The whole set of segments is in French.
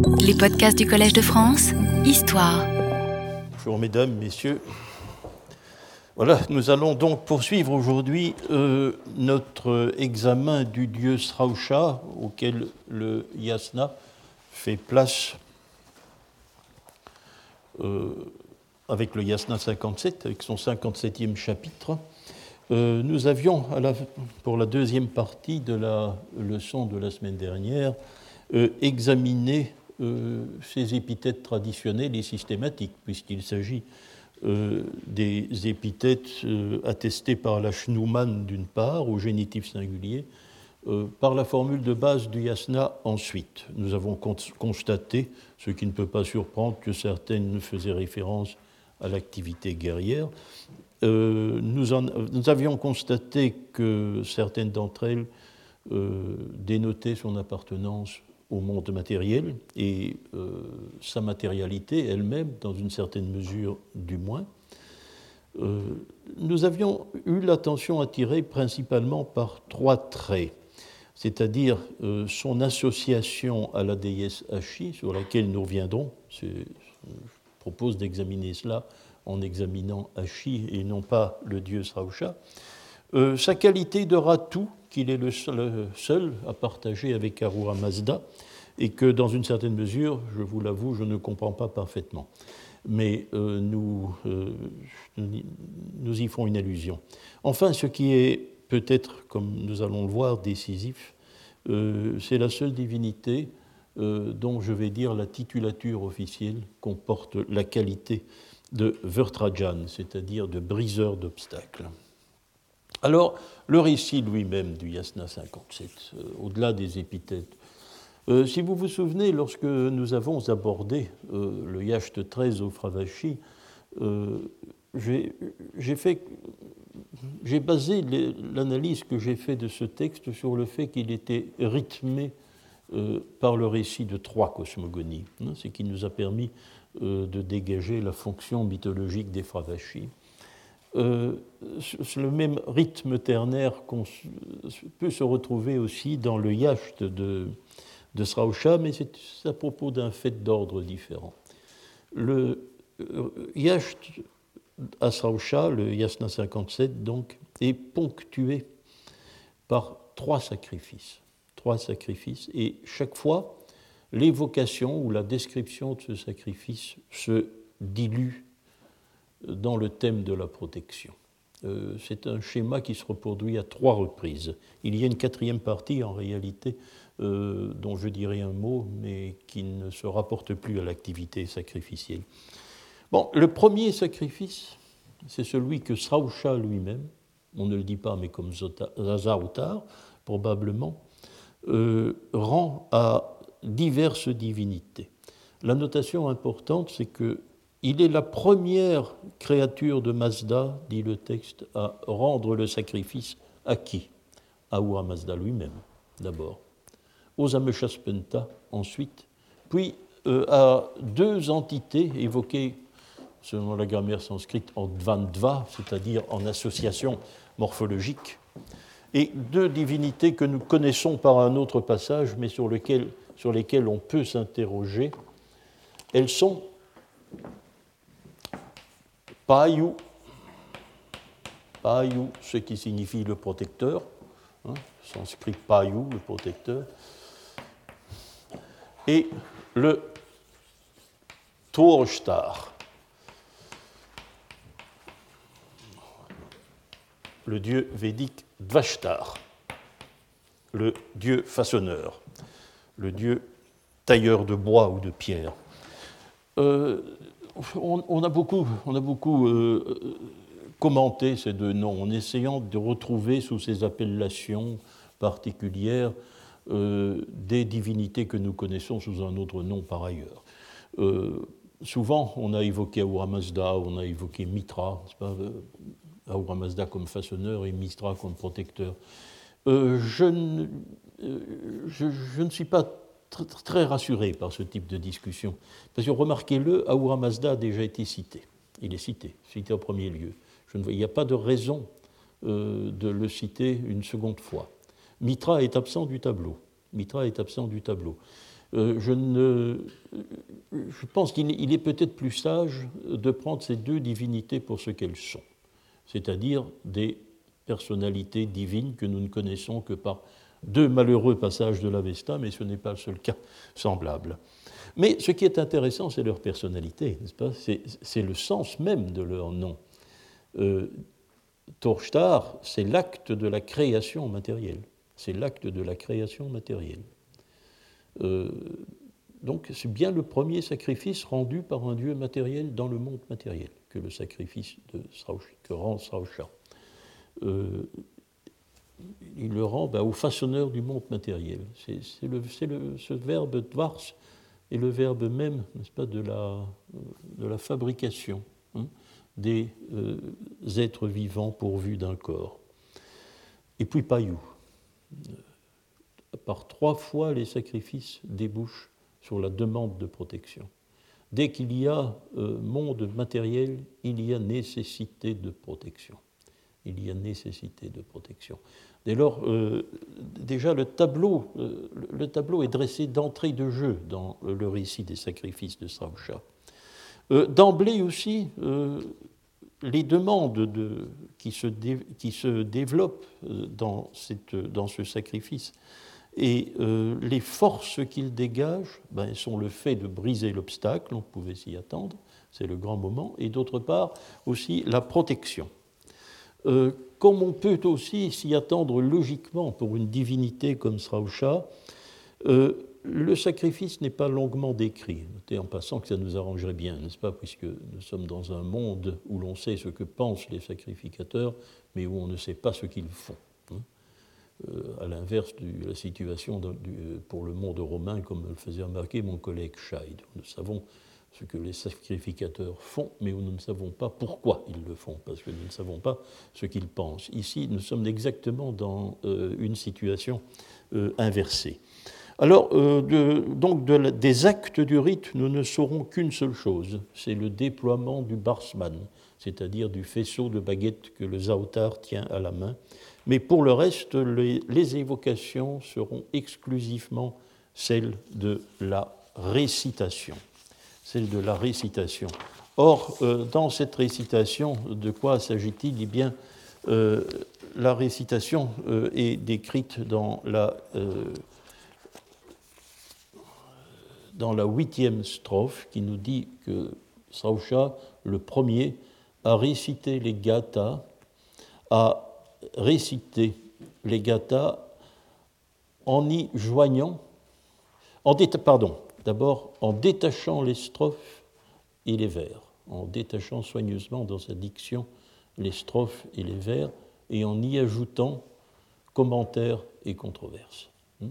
Les podcasts du Collège de France, Histoire. Bonjour mesdames, messieurs. Voilà, nous allons donc poursuivre aujourd'hui notre examen du dieu Sraosha, auquel le Yasna fait place avec le Yasna 57, avec son 57e chapitre. Nous avions, pour la deuxième partie de la leçon de la semaine dernière, examiné ces épithètes traditionnelles et systématiques, puisqu'il s'agit des épithètes attestées par la Schnumann d'une part, au génitif singulier, par la formule de base du Yasna ensuite. Nous avons constaté, ce qui ne peut pas surprendre, que certaines faisaient référence à l'activité guerrière. Nous avions constaté que certaines d'entre elles dénotaient son appartenance au monde matériel et sa matérialité elle-même, dans une certaine mesure du moins. Nous avions eu l'attention attirée principalement par trois traits, c'est-à-dire son association à la déesse Ashi, sur laquelle nous reviendrons. Je propose d'examiner cela en examinant Ashi et non pas le dieu Sraosha. Sa qualité de Ratu, qu'il est le seul à partager avec Ahura Mazda, et que dans une certaine mesure, je vous l'avoue, je ne comprends pas parfaitement. Mais nous y ferons une allusion. Enfin, ce qui est peut-être, comme nous allons le voir, décisif, c'est la seule divinité dont je vais dire la titulature officielle comporte la qualité de Vertrajan, c'est-à-dire de briseur d'obstacles. Alors, le récit lui-même du Yasna 57, au-delà des épithètes, si vous vous souvenez, lorsque nous avons abordé le Yacht 13 au Fravashi, j'ai basé l'analyse que j'ai faite de ce texte sur le fait qu'il était rythmé par le récit de trois cosmogonies, ce qui nous a permis de dégager la fonction mythologique des Fravashi. Le même rythme ternaire peut se retrouver aussi dans le Yacht de Sraosha, mais c'est à propos d'un fait d'ordre différent. Le Yacht à Sraosha, le Yasna 57, donc, est ponctué par trois sacrifices, et chaque fois, l'évocation ou la description de ce sacrifice se dilue dans le thème de la protection. C'est un schéma qui se reproduit à trois reprises. Il y a une quatrième partie, en réalité, dont je dirai un mot, mais qui ne se rapporte plus à l'activité sacrificielle. Bon, le premier sacrifice, c'est celui que Sraosha lui-même, on ne le dit pas, mais comme Zazautar, probablement, rend à diverses divinités. La notation importante, c'est qu'il est la première créature de Mazda, dit le texte, à rendre le sacrifice à qui ? À Ahura Mazda lui-même, d'abord. Aux Ameshaspenta, ensuite, puis à deux entités évoquées, selon la grammaire sanscrite, en dvandva, c'est-à-dire en association morphologique, et deux divinités que nous connaissons par un autre passage, mais sur lesquelles on peut s'interroger. Elles sont Payu, ce qui signifie le protecteur, sanskrit Payu, le protecteur, et le Tuoshtar, le dieu védique Dvashtar, le dieu façonneur, le dieu tailleur de bois ou de pierre. On a beaucoup commenté ces deux noms en essayant de retrouver sous ces appellations particulières des divinités que nous connaissons sous un autre nom par ailleurs. Souvent, on a évoqué Ahura Mazda, on a évoqué Mitra, c'est pas, Ahura Mazda comme façonneur et Mitra comme protecteur. Je ne suis pas très rassuré par ce type de discussion, parce que remarquez-le, Ahura Mazda a déjà été cité. Il est cité en premier lieu. Il n'y a pas de raison de le citer une seconde fois. Mitra est absent du tableau. Je pense qu'il est peut-être plus sage de prendre ces deux divinités pour ce qu'elles sont, c'est-à-dire des personnalités divines que nous ne connaissons que par deux malheureux passages de l'Avesta, mais ce n'est pas le seul cas semblable. Mais ce qui est intéressant, c'est leur personnalité, n'est-ce pas ? C'est le sens même de leur nom. Thor-Star, c'est l'acte de la création matérielle. C'est l'acte de la création matérielle. Donc c'est bien le premier sacrifice rendu par un dieu matériel dans le monde matériel que le sacrifice que rend Sraosha. Il le rend au façonneur du monde matériel. Ce verbe dvars est le verbe même, n'est-ce pas, de la fabrication des êtres vivants pourvus d'un corps. Et puis Payou. Par 3 fois, les sacrifices débouchent sur la demande de protection. Dès qu'il y a monde matériel, il y a nécessité de protection. Il y a nécessité de protection. Dès lors, déjà le tableau est dressé d'entrée de jeu dans le récit des sacrifices de Sraosha. D'emblée aussi, les demandes qui se développent dans ce sacrifice et les forces qu'il dégage sont le fait de briser l'obstacle, on pouvait s'y attendre, c'est le grand moment, et d'autre part aussi la protection. Comme on peut aussi s'y attendre logiquement pour une divinité comme Sraosha, le sacrifice n'est pas longuement décrit. Notez en passant que ça nous arrangerait bien, n'est-ce pas, puisque nous sommes dans un monde où l'on sait ce que pensent les sacrificateurs, mais où on ne sait pas ce qu'ils font. À l'inverse de la situation pour le monde romain, comme le faisait remarquer mon collègue Scheid. Nous savons ce que les sacrificateurs font, mais nous ne savons pas pourquoi ils le font, parce que nous ne savons pas ce qu'ils pensent. Ici, nous sommes exactement dans une situation inversée. Alors, des actes du rite, nous ne saurons qu'une seule chose, c'est le déploiement du barsman, c'est-à-dire du faisceau de baguettes que le Zaotar tient à la main. Mais pour le reste, les évocations seront exclusivement celles de la récitation. Celles de la récitation. Or, dans cette récitation, de quoi s'agit-il ? Eh bien, la récitation est décrite dans la 8e strophe qui nous dit que Sraosha, le premier, a récité les gathas, en y joignant, d'abord en détachant les strophes et les vers, en détachant soigneusement dans sa diction les strophes et les vers, et en y ajoutant commentaires et controverses.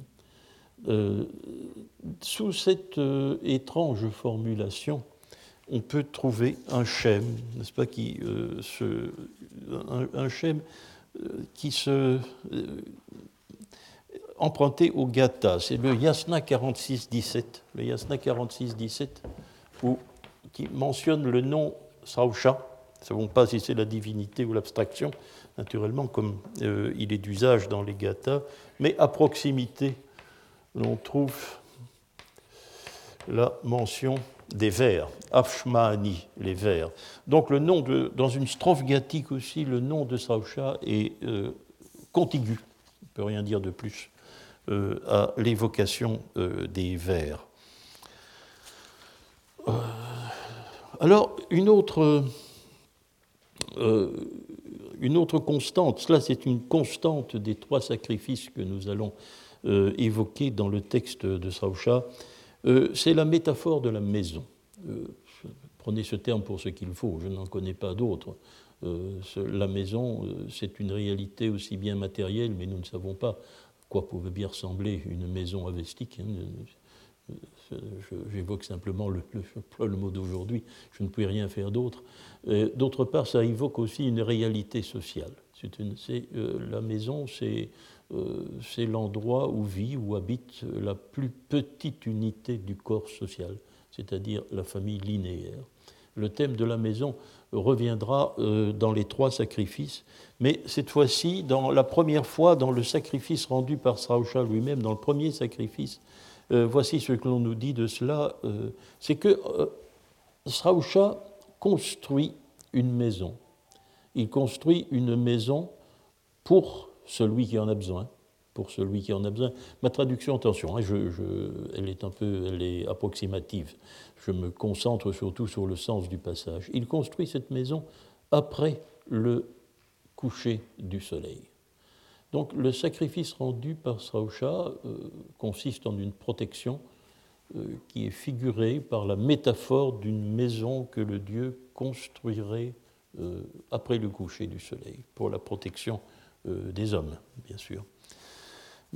Sous cette étrange formulation, on peut trouver un schème, n'est-ce pas, un schème qui se emprunté au Gatha. C'est le Yasna 46-17, qui mentionne le nom Sraosha. Nous ne savons pas si c'est la divinité ou l'abstraction, naturellement, comme il est d'usage dans les Gathas, mais à proximité, l'on trouve la mention des vers, Afshmani, les vers. Donc le nom dans une strophe gathique aussi, le nom de Sraosha est contigu, on ne peut rien dire de plus, à l'évocation des vers. Alors une autre constante, cela c'est une constante des 3 sacrifices que nous allons évoquer dans le texte de Sraosha, c'est la métaphore de la maison. Prenez ce terme pour ce qu'il faut, je n'en connais pas d'autres. La maison, c'est une réalité aussi bien matérielle, mais nous ne savons pas à quoi pouvait bien ressembler une maison avestique. J'évoque simplement le mot d'aujourd'hui, je ne puis rien faire d'autre. D'autre part, ça évoque aussi une réalité sociale. La maison, c'est l'endroit où vit, où habite la plus petite unité du corps social, c'est-à-dire la famille linéaire. Le thème de la maison reviendra dans les 3 sacrifices, mais cette fois-ci, la première fois, dans le sacrifice rendu par Sraosha lui-même, dans le premier sacrifice, Voici ce que l'on nous dit de cela. C'est que Sraosha construit une maison. Il construit une maison pour celui qui en a besoin. Pour celui qui en a besoin. Ma traduction, attention, elle est approximative. Je me concentre surtout sur le sens du passage. Il construit cette maison après le coucher du soleil. Donc le sacrifice rendu par Sraosha consiste en une protection qui est figurée par la métaphore d'une maison que le dieu construirait après le coucher du soleil, pour la protection des hommes, bien sûr. Bon.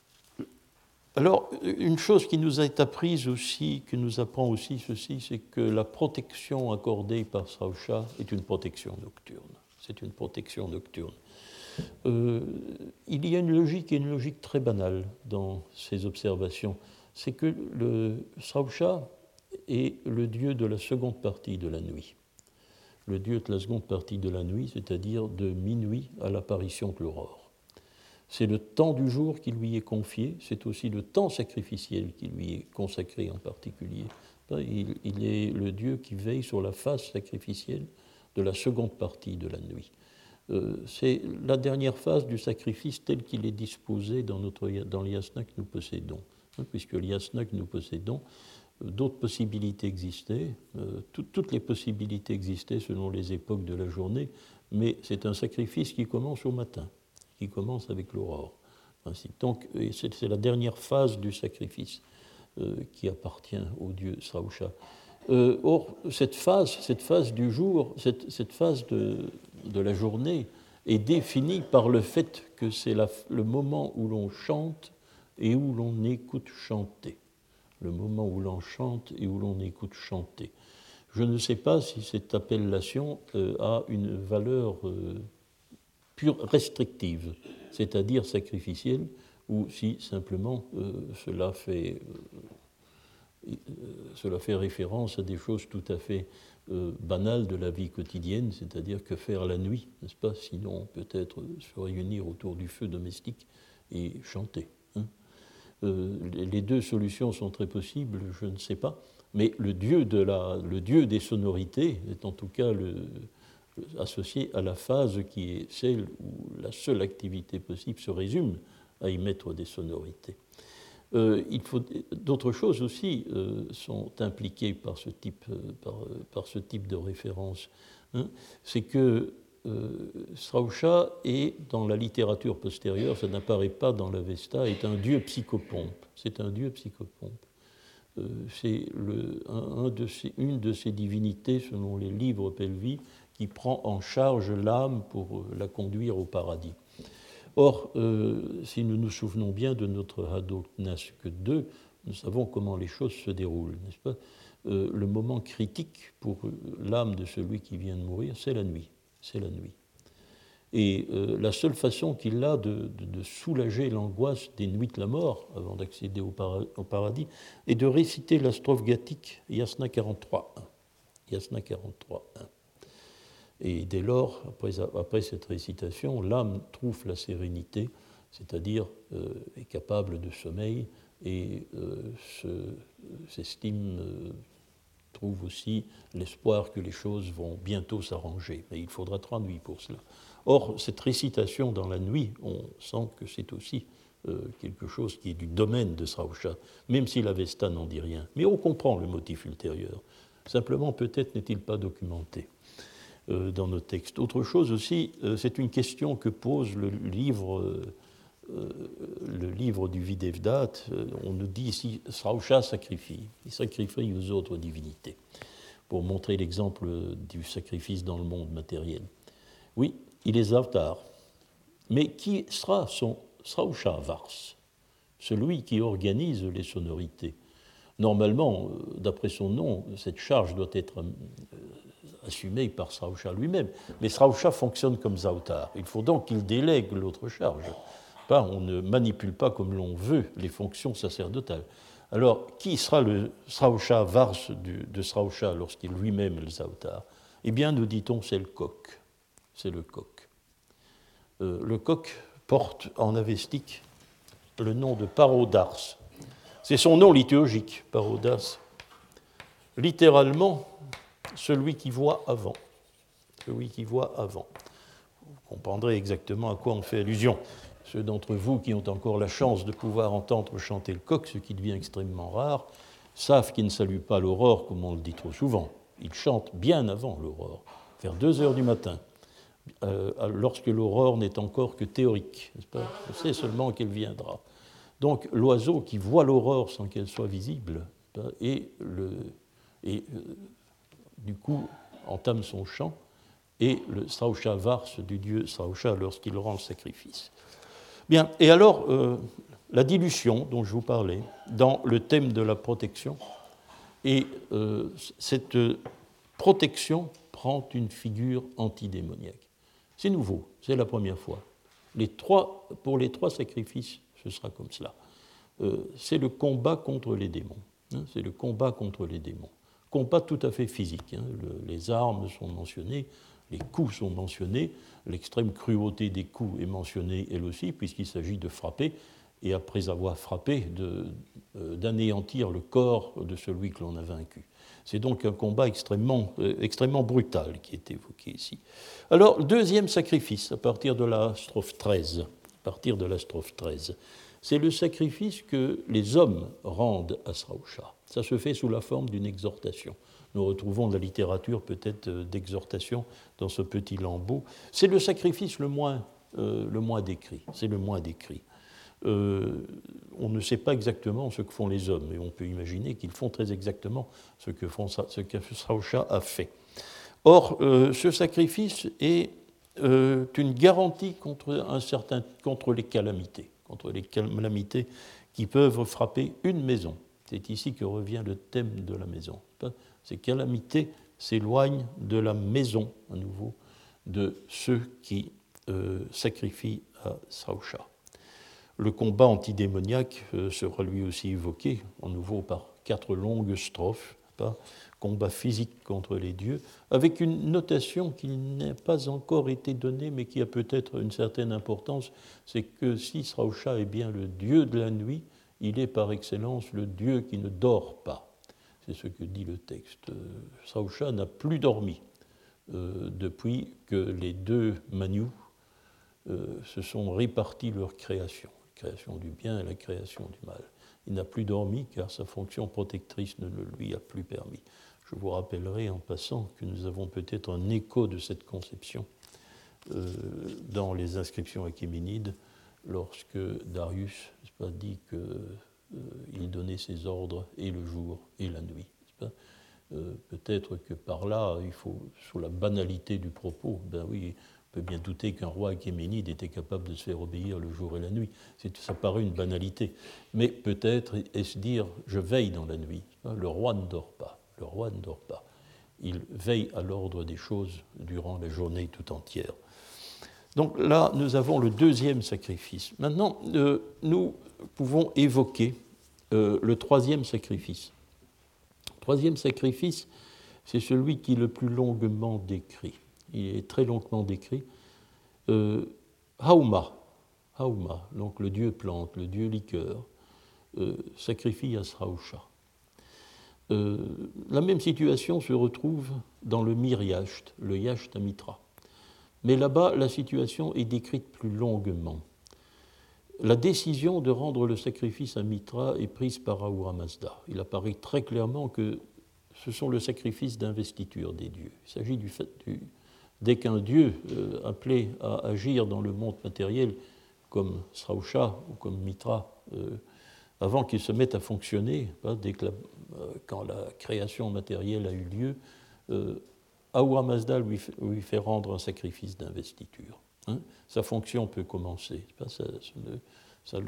Alors, une chose qui nous est apprise aussi, qui nous apprend aussi ceci, c'est que la protection accordée par Sraosha est une protection nocturne. C'est une protection nocturne. Il y a une logique très banale dans ces observations. C'est que le Sraosha est le dieu de la seconde partie de la nuit. Le dieu de la seconde partie de la nuit, c'est-à-dire de minuit à l'apparition de l'aurore. C'est le temps du jour qui lui est confié, c'est aussi le temps sacrificiel qui lui est consacré en particulier. Il est le dieu qui veille sur la phase sacrificielle de la seconde partie de la nuit. C'est la dernière phase du sacrifice tel qu'il est disposé dans le yasna que nous possédons. Puisque le yasna que nous possédons, d'autres possibilités existaient, toutes les possibilités existaient selon les époques de la journée, mais c'est un sacrifice qui commence au matin, qui commence avec l'aurore. Donc c'est la dernière phase du sacrifice qui appartient au dieu Sraosha. Or, cette phase du jour, cette phase de la journée est définie par le fait que c'est le moment où l'on chante et où l'on écoute chanter. Le moment où l'on chante et où l'on écoute chanter. Je ne sais pas si cette appellation a une valeur pure restrictive, c'est-à-dire sacrificielle, ou si simplement cela fait référence à des choses tout à fait banales de la vie quotidienne, c'est-à-dire que faire la nuit, n'est-ce pas? Sinon, peut-être se réunir autour du feu domestique et chanter. Les deux solutions sont très possibles, je ne sais pas, mais le dieu des sonorités est en tout cas associé à la phase qui est celle où la seule activité possible se résume à y mettre des sonorités. D'autres choses aussi sont impliquées par ce type de référence. C'est que Sraosha est, dans la littérature postérieure, ça n'apparaît pas dans l'Avesta, est un dieu psychopompe. C'est un dieu psychopompe. C'est une de ces divinités, selon les livres Pelvi, qui prend en charge l'âme pour la conduire au paradis. Or, si nous nous souvenons bien de notre Hadoknask 2, nous savons comment les choses se déroulent, n'est-ce pas? Le moment critique pour l'âme de celui qui vient de mourir, c'est la nuit. C'est la nuit. Et la seule façon qu'il a de soulager l'angoisse des nuits de la mort, avant d'accéder au paradis, est de réciter la strophe gathique Yasna 43.1. Yasna 43.1. Et dès lors, après cette récitation, l'âme trouve la sérénité, c'est-à-dire est capable de sommeil et s'estime, trouve aussi l'espoir que les choses vont bientôt s'arranger. Mais il faudra 3 nuits pour cela. Or, cette récitation dans la nuit, on sent que c'est aussi quelque chose qui est du domaine de Sraosha, même si l'Avesta n'en dit rien. Mais on comprend le motif ultérieur. Simplement, peut-être n'est-il pas documenté dans nos textes. Autre chose aussi, c'est une question que pose le livre du Videvdat. On nous dit ici, Sraosha sacrifie. Il sacrifie aux autres divinités, pour montrer l'exemple du sacrifice dans le monde matériel. Oui, il est avatar. Mais qui sera son Sraosha Vars, celui qui organise les sonorités? Normalement, d'après son nom, cette charge doit être assumée par Sraosha lui-même. Mais Sraosha fonctionne comme Zautar. Il faut donc qu'il délègue l'autre charge. On ne manipule pas comme l'on veut les fonctions sacerdotales. Alors, qui sera le Sraosha Vars de Sraosha lorsqu'il lui-même est le Zautar? Eh bien, nous dit-on, c'est le coq. C'est le coq. Le coq porte en avestique le nom de Parodars. C'est son nom liturgique, parodas. Littéralement, celui qui voit avant. Celui qui voit avant. Vous comprendrez exactement à quoi on fait allusion. Ceux d'entre vous qui ont encore la chance de pouvoir entendre chanter le coq, ce qui devient extrêmement rare, savent qu'il ne salue pas l'aurore, comme on le dit trop souvent. Il chante bien avant l'aurore, vers 2 heures du matin, lorsque l'aurore n'est encore que théorique. N'est-ce pas ? On sait seulement qu'elle viendra. Donc l'oiseau qui voit l'aurore sans qu'elle soit visible, du coup entame son chant, et le Srausha Vars du dieu Srausha lorsqu'il rend le sacrifice. Bien, et alors, la dilution dont je vous parlais, dans le thème de la protection, et cette protection prend une figure antidémoniaque. C'est nouveau, c'est la première fois. Pour les 3 sacrifices, ce sera comme cela. C'est le combat contre les démons. C'est le combat contre les démons. Combat tout à fait physique. Les armes sont mentionnées, les coups sont mentionnés, l'extrême cruauté des coups est mentionnée elle aussi, puisqu'il s'agit de frapper, et après avoir frappé, d'anéantir le corps de celui que l'on a vaincu. C'est donc un combat extrêmement brutal qui est évoqué ici. Alors, deuxième sacrifice, à partir de la strophe 13. C'est le sacrifice que les hommes rendent à Srausha. Ça se fait sous la forme d'une exhortation. Nous retrouvons de la littérature peut-être d'exhortation dans ce petit lambeau. C'est le sacrifice le moins décrit. C'est le moins décrit. On ne sait pas exactement ce que font les hommes, mais on peut imaginer qu'ils font très exactement ce que Srausha a fait. Or, ce sacrifice est une garantie contre les calamités qui peuvent frapper une maison. C'est ici que revient le thème de la maison. Ces calamités s'éloignent de la maison, à nouveau, de ceux qui sacrifient à Srausha. Le combat antidémoniaque sera lui aussi évoqué, à nouveau par 4 longues strophes, combat physique contre les dieux, avec une notation qui n'a pas encore été donnée, mais qui a peut-être une certaine importance, c'est que si Srausha est bien le dieu de la nuit, il est par excellence le dieu qui ne dort pas. C'est ce que dit le texte. Srausha n'a plus dormi depuis que les 2 Manus se sont répartis leur création, la création du bien et la création du mal. Il n'a plus dormi car sa fonction protectrice ne le lui a plus permis. Je vous rappellerai en passant que nous avons peut-être un écho de cette conception dans les inscriptions achéménides, lorsque Darius dit qu'il donnait ses ordres et le jour et la nuit. Peut-être que par là, il faut, sous la banalité du propos, ben oui, on peut bien douter qu'un roi achéménide était capable de se faire obéir le jour et la nuit. Ça paraît une banalité. Mais peut-être est-ce dire « je veille dans la nuit ». Le roi ne dort pas. Le roi ne dort pas. Il veille à l'ordre des choses durant la journée tout entière. Donc là, nous avons le deuxième sacrifice. Maintenant, nous pouvons évoquer le troisième sacrifice. Le troisième sacrifice, c'est celui qui est le plus longuement décrit. Il est très longuement décrit. Hauma, donc le dieu plante, le dieu liqueur, sacrifie à Srausha. La même situation se retrouve dans le Mir-Yacht, le Yacht à Mitra. Mais là-bas, la situation est décrite plus longuement. La décision de rendre le sacrifice à Mitra est prise par Ahura Mazda. Il apparaît très clairement que ce sont le sacrifice d'investiture des dieux. Il s'agit du fait dès qu'un dieu appelé à agir dans le monde matériel, comme Srausha ou comme Mitra, avant qu'il se mette à fonctionner, quand la création matérielle a eu lieu, Ahura Mazda lui fait rendre un sacrifice d'investiture. Sa fonction peut commencer. Ça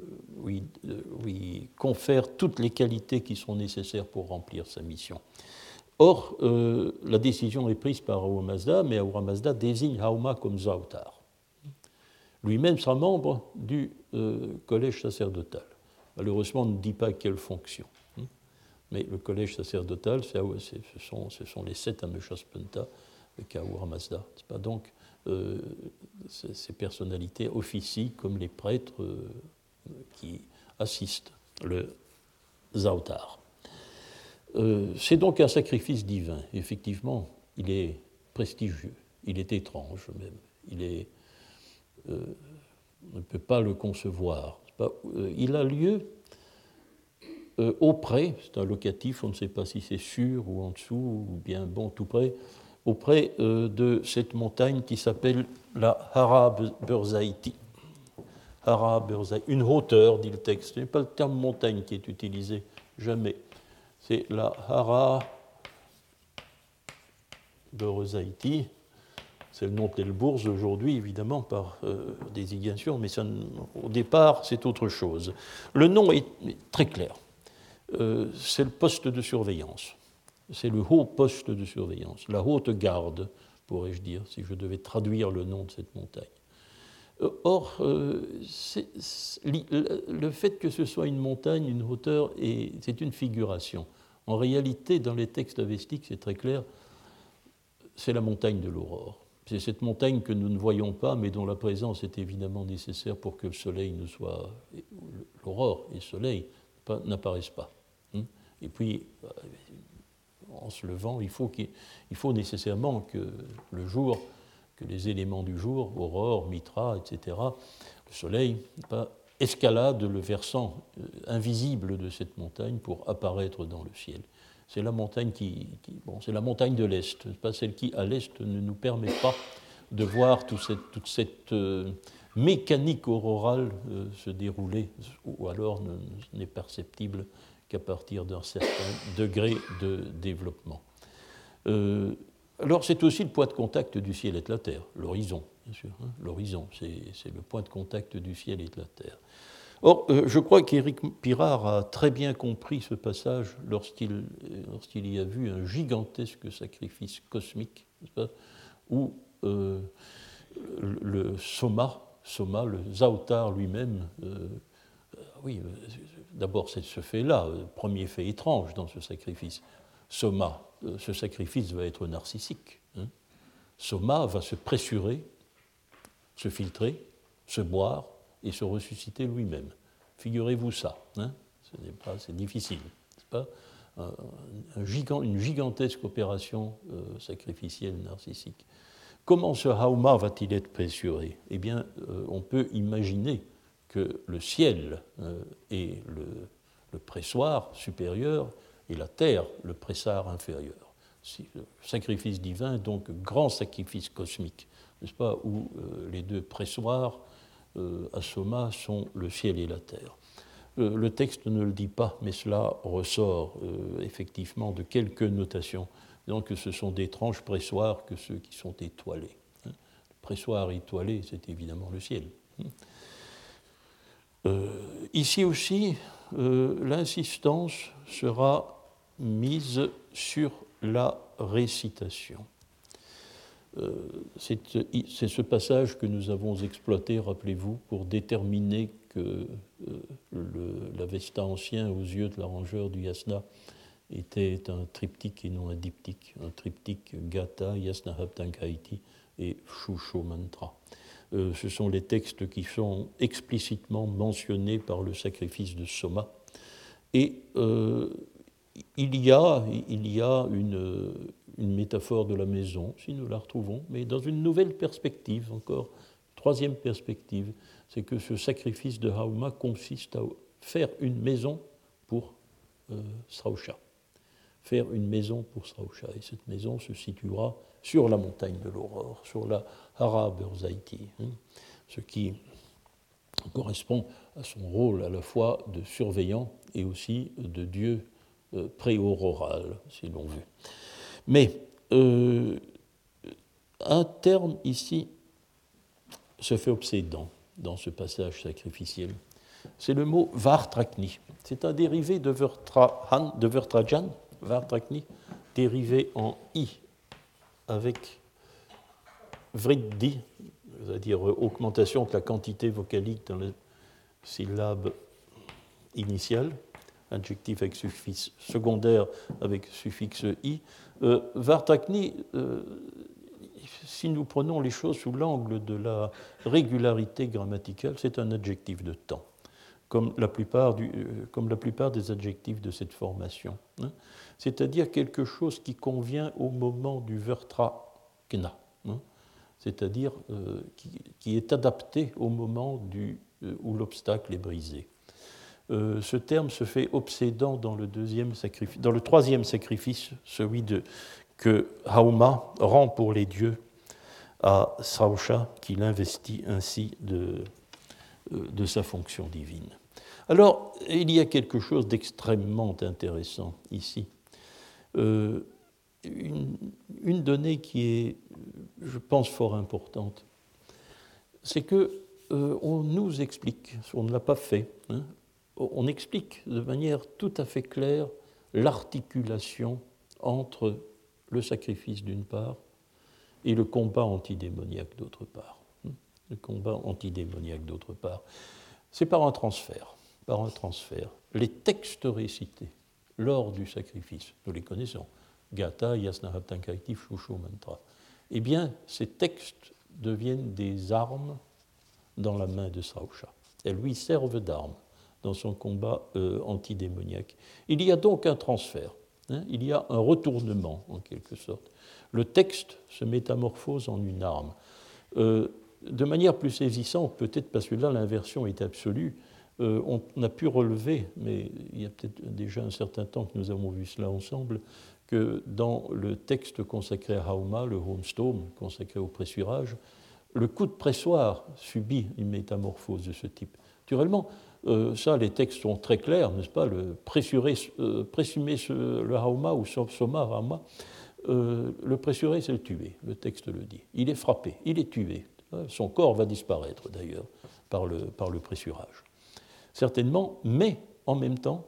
lui confère toutes les qualités qui sont nécessaires pour remplir sa mission. Or, la décision est prise par Ahura Mazda, mais Ahura Mazda désigne Hauma comme Zautar. Lui-même sera membre du collège sacerdotal. Malheureusement, on ne dit pas quelle fonction. Mais le collège sacerdotal, ce sont les 7 Ameshaspenta avec Ahura Mazda. Donc, ces personnalités officient comme les prêtres qui assistent Zautar. C'est donc un sacrifice divin. Effectivement, il est prestigieux, il est étrange même, on ne peut pas le concevoir. Il a lieu auprès, c'est un locatif, on ne sait pas si c'est sur ou en dessous, ou bien bon, tout près, auprès de cette montagne qui s'appelle la Hara Burzaiti. Hara Burzaiti, une hauteur, dit le texte. Ce n'est pas le terme montagne qui est utilisé, jamais. C'est la Hara Burzaiti. C'est le nom d'Elbourz aujourd'hui, évidemment, par désignation, mais au départ, c'est autre chose. Le nom est très clair. C'est le poste de surveillance. C'est le haut poste de surveillance, la haute garde, pourrais-je dire, si je devais traduire le nom de cette montagne. Or, le fait que ce soit une montagne, une hauteur, c'est une figuration. En réalité, dans les textes avestiques, c'est très clair, c'est la montagne de l'aurore. C'est cette montagne que nous ne voyons pas, mais dont la présence est évidemment nécessaire pour que le soleil ne soit, l'aurore et le soleil n'apparaissent pas. Et puis, en se levant, il faut nécessairement que le jour, que les éléments du jour, aurore, mitra, etc., le soleil, escalade le versant invisible de cette montagne pour apparaître dans le ciel. C'est la montagne c'est la montagne de l'Est, pas celle qui, à l'Est, ne nous permet pas de voir toute cette mécanique aurorale se dérouler, ou alors n'est perceptible qu'à partir d'un certain degré de développement. Alors c'est aussi le point de contact du ciel et de la terre, l'horizon, bien sûr. L'horizon, c'est le point de contact du ciel et de la terre. Or, je crois qu'Éric Pirard a très bien compris ce passage lorsqu'il y a vu un gigantesque sacrifice cosmique, où le Soma, le Zautar lui-même, d'abord c'est ce fait-là, premier fait étrange dans ce sacrifice. Soma, ce sacrifice va être narcissique. Soma va se pressurer, se filtrer, se boire et se ressusciter lui-même. Figurez-vous ça, c'est difficile, c'est pas une gigantesque opération sacrificielle narcissique. Comment ce Hauma va-t-il être pressuré ? Eh bien, on peut imaginer que le ciel est le pressoir supérieur et la terre le pressard inférieur. Le sacrifice divin, donc grand sacrifice cosmique, n'est-ce pas, où les deux pressoirs à Soma sont le ciel et la terre. Le texte ne le dit pas, mais cela ressort effectivement de quelques notations. Donc ce sont d'étranges pressoirs que ceux qui sont étoilés. Le pressoir étoilé, c'est évidemment le ciel. Ici aussi, l'insistance sera mise sur la récitation. C'est ce passage que nous avons exploité, rappelez-vous, pour déterminer que l'Avesta ancien, aux yeux de l'arrangeur du yasna, était un triptyque et non un diptyque, un triptyque Gata, Yasna Haptankaiti et Shusho Mantra. Ce sont les textes qui sont explicitement mentionnés par le sacrifice de Soma. Et il y a une métaphore de la maison, si nous la retrouvons, mais dans une nouvelle perspective, encore, troisième perspective, c'est que ce sacrifice de Hauma consiste à faire une maison pour Srausha. Faire une maison pour Srausha. Et cette maison se situera sur la montagne de l'aurore, sur la Hara Burzaiti, ce qui correspond à son rôle à la fois de surveillant et aussi de dieu pré-auroral, si l'on veut. Mais un terme ici se fait obsédant dans ce passage sacrificiel. C'est le mot Vartrakni. C'est un dérivé de Vertrajan, Vartrakni, dérivé en I, avec Vriddhi, c'est-à-dire augmentation de la quantité vocalique dans la syllabe initiale, adjectif avec suffixe secondaire avec suffixe I. Vartrakni, si nous prenons les choses sous l'angle de la régularité grammaticale, c'est un adjectif de temps. comme la plupart des adjectifs de cette formation. Hein. C'est-à-dire quelque chose qui convient au moment du Vertra Kna, hein, c'est-à-dire qui est adapté au moment où l'obstacle est brisé. Ce terme se fait obsédant dans le troisième sacrifice, celui que Hauma rend pour les dieux à Sraosha, qu'il investit ainsi de sa fonction divine. Alors, il y a quelque chose d'extrêmement intéressant ici. Une donnée qui est, je pense, fort importante, c'est que on nous explique, on ne l'a pas fait, hein, on explique de manière tout à fait claire l'articulation entre le sacrifice d'une part et le combat antidémoniaque d'autre part. Le combat antidémoniaque d'autre part. C'est par un transfert. Les textes récités lors du sacrifice, nous les connaissons, Gata, Yasnahaptankaiti, Shushu Mantra, eh bien, ces textes deviennent des armes dans la main de Sraosha. Elles lui servent d'armes dans son combat antidémoniaque. Il y a donc un transfert, hein, il y a un retournement, en quelque sorte. Le texte se métamorphose en une arme. De manière plus saisissante, peut-être parce que là l'inversion est absolue, on a pu relever, mais il y a peut-être déjà un certain temps que nous avons vu cela ensemble, que dans le texte consacré à Hauma, le Homestome, consacré au pressurage, le coup de pressoir subit une métamorphose de ce type. Naturellement, ça, les textes sont très clairs, n'est-ce pas? Pressumer le Hauma ou Soma Hauma, le pressurer, c'est le tuer, le texte le dit. Il est frappé, il est tué. Son corps va disparaître d'ailleurs par le pressurage. Certainement, mais en même temps,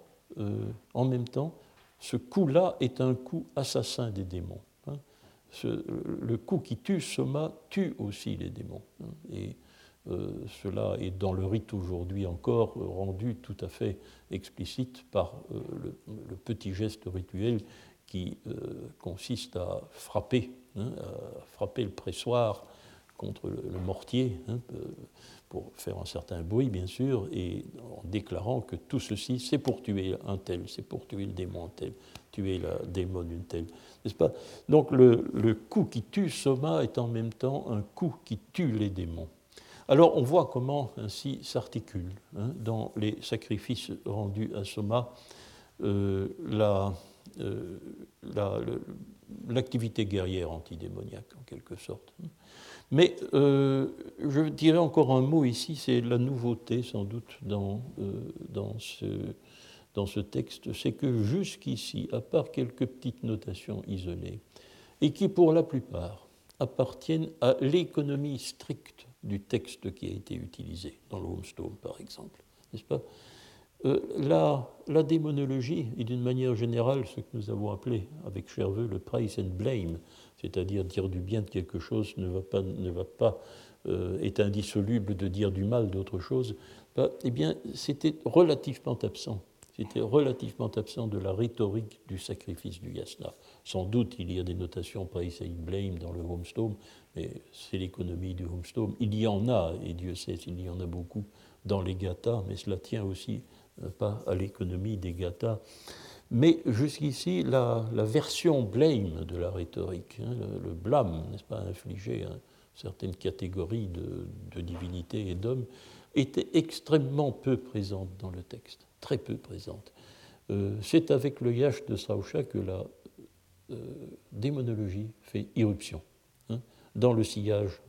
ce coup-là est un coup assassin des démons. Hein. Le coup qui tue Soma tue aussi les démons. Hein. Et cela est dans le rite aujourd'hui encore rendu tout à fait explicite par le petit geste rituel qui consiste à frapper le pressoir contre le mortier, hein, pour faire un certain bruit, bien sûr, et en déclarant que tout ceci, c'est pour tuer un tel, c'est pour tuer le démon un tel, tuer la démone une telle, n'est-ce pas? Donc le coup qui tue Soma est en même temps un coup qui tue les démons. Alors on voit comment ainsi s'articule, hein, dans les sacrifices rendus à Soma l'activité guerrière antidémoniaque, en quelque sorte. Mais je dirais encore un mot ici, c'est la nouveauté sans doute dans ce texte, c'est que jusqu'ici, à part quelques petites notations isolées, et qui pour la plupart appartiennent à l'économie stricte du texte qui a été utilisé, dans le Homestome par exemple, n'est-ce pas? La démonologie est d'une manière générale ce que nous avons appelé avec Cherveux le praise and blame, c'est-à-dire dire du bien de quelque chose ne va pas est indissoluble de dire du mal d'autre chose. Eh bien, c'était relativement absent. C'était relativement absent de la rhétorique du sacrifice du yasna. Sans doute, il y a des notations praise and blame dans le Homestome, mais c'est l'économie du Homestome. Il y en a, et Dieu sait s'il y en a beaucoup dans les gathas, mais cela tient aussi pas à l'économie des gathas. Mais jusqu'ici, la version blame de la rhétorique, hein, le blâme, n'est-ce pas, infligé à certaines catégories de divinités et d'hommes, était extrêmement peu présente dans le texte, très peu présente. C'est avec le yash de Sraosha que la démonologie fait irruption, hein, dans le sillage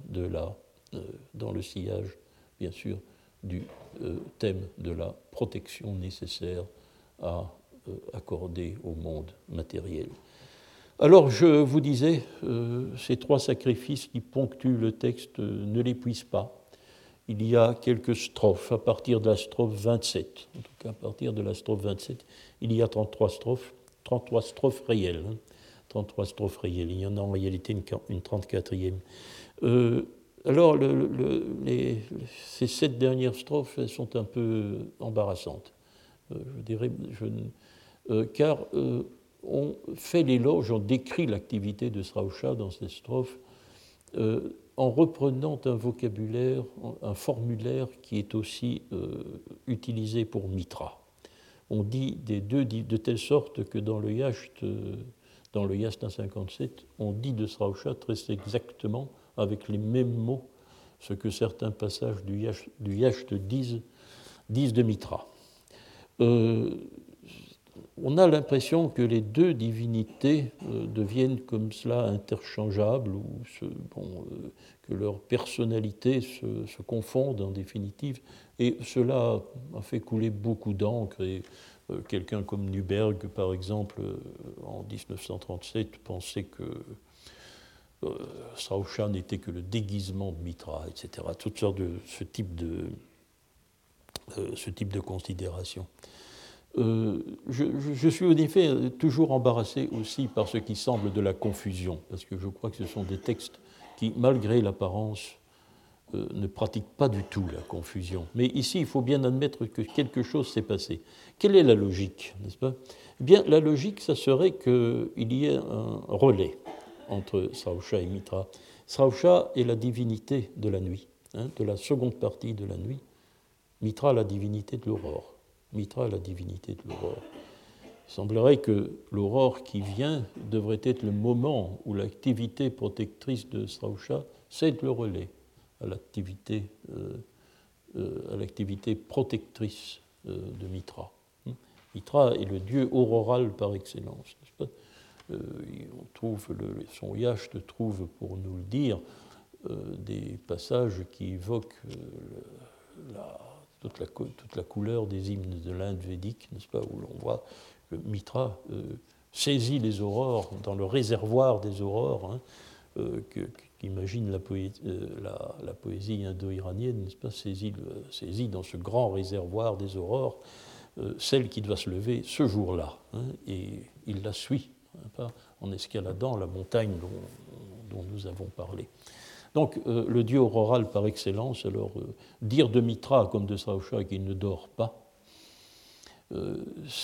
bien sûr, du thème de la protection nécessaire à accorder au monde matériel. Alors, je vous disais, ces trois sacrifices qui ponctuent le texte ne l'épuisent pas. Il y a quelques strophes, à partir de la strophe 27. En tout cas, à partir de la strophe 27, il y a 33 strophes réelles. Hein, 33 strophes réelles. Il y en a en réalité une 34e. Alors, ces 7 dernières strophes, elles sont un peu embarrassantes, je dirais, car on fait l'éloge, on décrit l'activité de Sraosha dans ces strophes en reprenant un vocabulaire, un formulaire qui est aussi utilisé pour Mitra. On dit des deux de telle sorte que dans le Yasna 57, on dit de Sraosha très exactement, avec les mêmes mots, ce que certains passages du Yasht disent de Mitra. On a l'impression que les deux divinités deviennent comme cela interchangeables, ou que leurs personnalités se confondent en définitive, et cela a fait couler beaucoup d'encre. Et quelqu'un comme Nuberg, par exemple, en 1937, pensait que Sraosha n'était que le déguisement de Mitra, etc. Toutes sortes de ce type de considération. Je suis en effet toujours embarrassé aussi par ce qui semble de la confusion, parce que je crois que ce sont des textes qui, malgré l'apparence, ne pratiquent pas du tout la confusion. Mais ici, il faut bien admettre que quelque chose s'est passé. Quelle est la logique, n'est-ce pas? Eh bien, la logique, ça serait qu'il y ait un relais entre Sraosha et Mitra. Sraosha est la divinité de la nuit, de la seconde partie de la nuit. Mitra, la divinité de l'aurore. Mitra, la divinité de l'aurore. Il semblerait que l'aurore qui vient devrait être le moment où l'activité protectrice de Sraosha cède le relais à l'activité protectrice de Mitra. Mitra est le dieu auroral par excellence, n'est-ce pas? On trouve son Yasht trouve, pour nous le dire, des passages qui évoquent toute la couleur des hymnes de l'Inde védique, n'est-ce pas, où l'on voit que Mitra saisit les aurores dans le réservoir des aurores, qu'imagine la poésie indo-iranienne, n'est-ce pas, saisit dans ce grand réservoir des aurores celle qui doit se lever ce jour-là, et il la suit, en escaladant la montagne dont nous avons parlé. Donc, le dieu auroral par excellence, alors dire de Mitra comme de Sraosha qu'il ne dort pas, que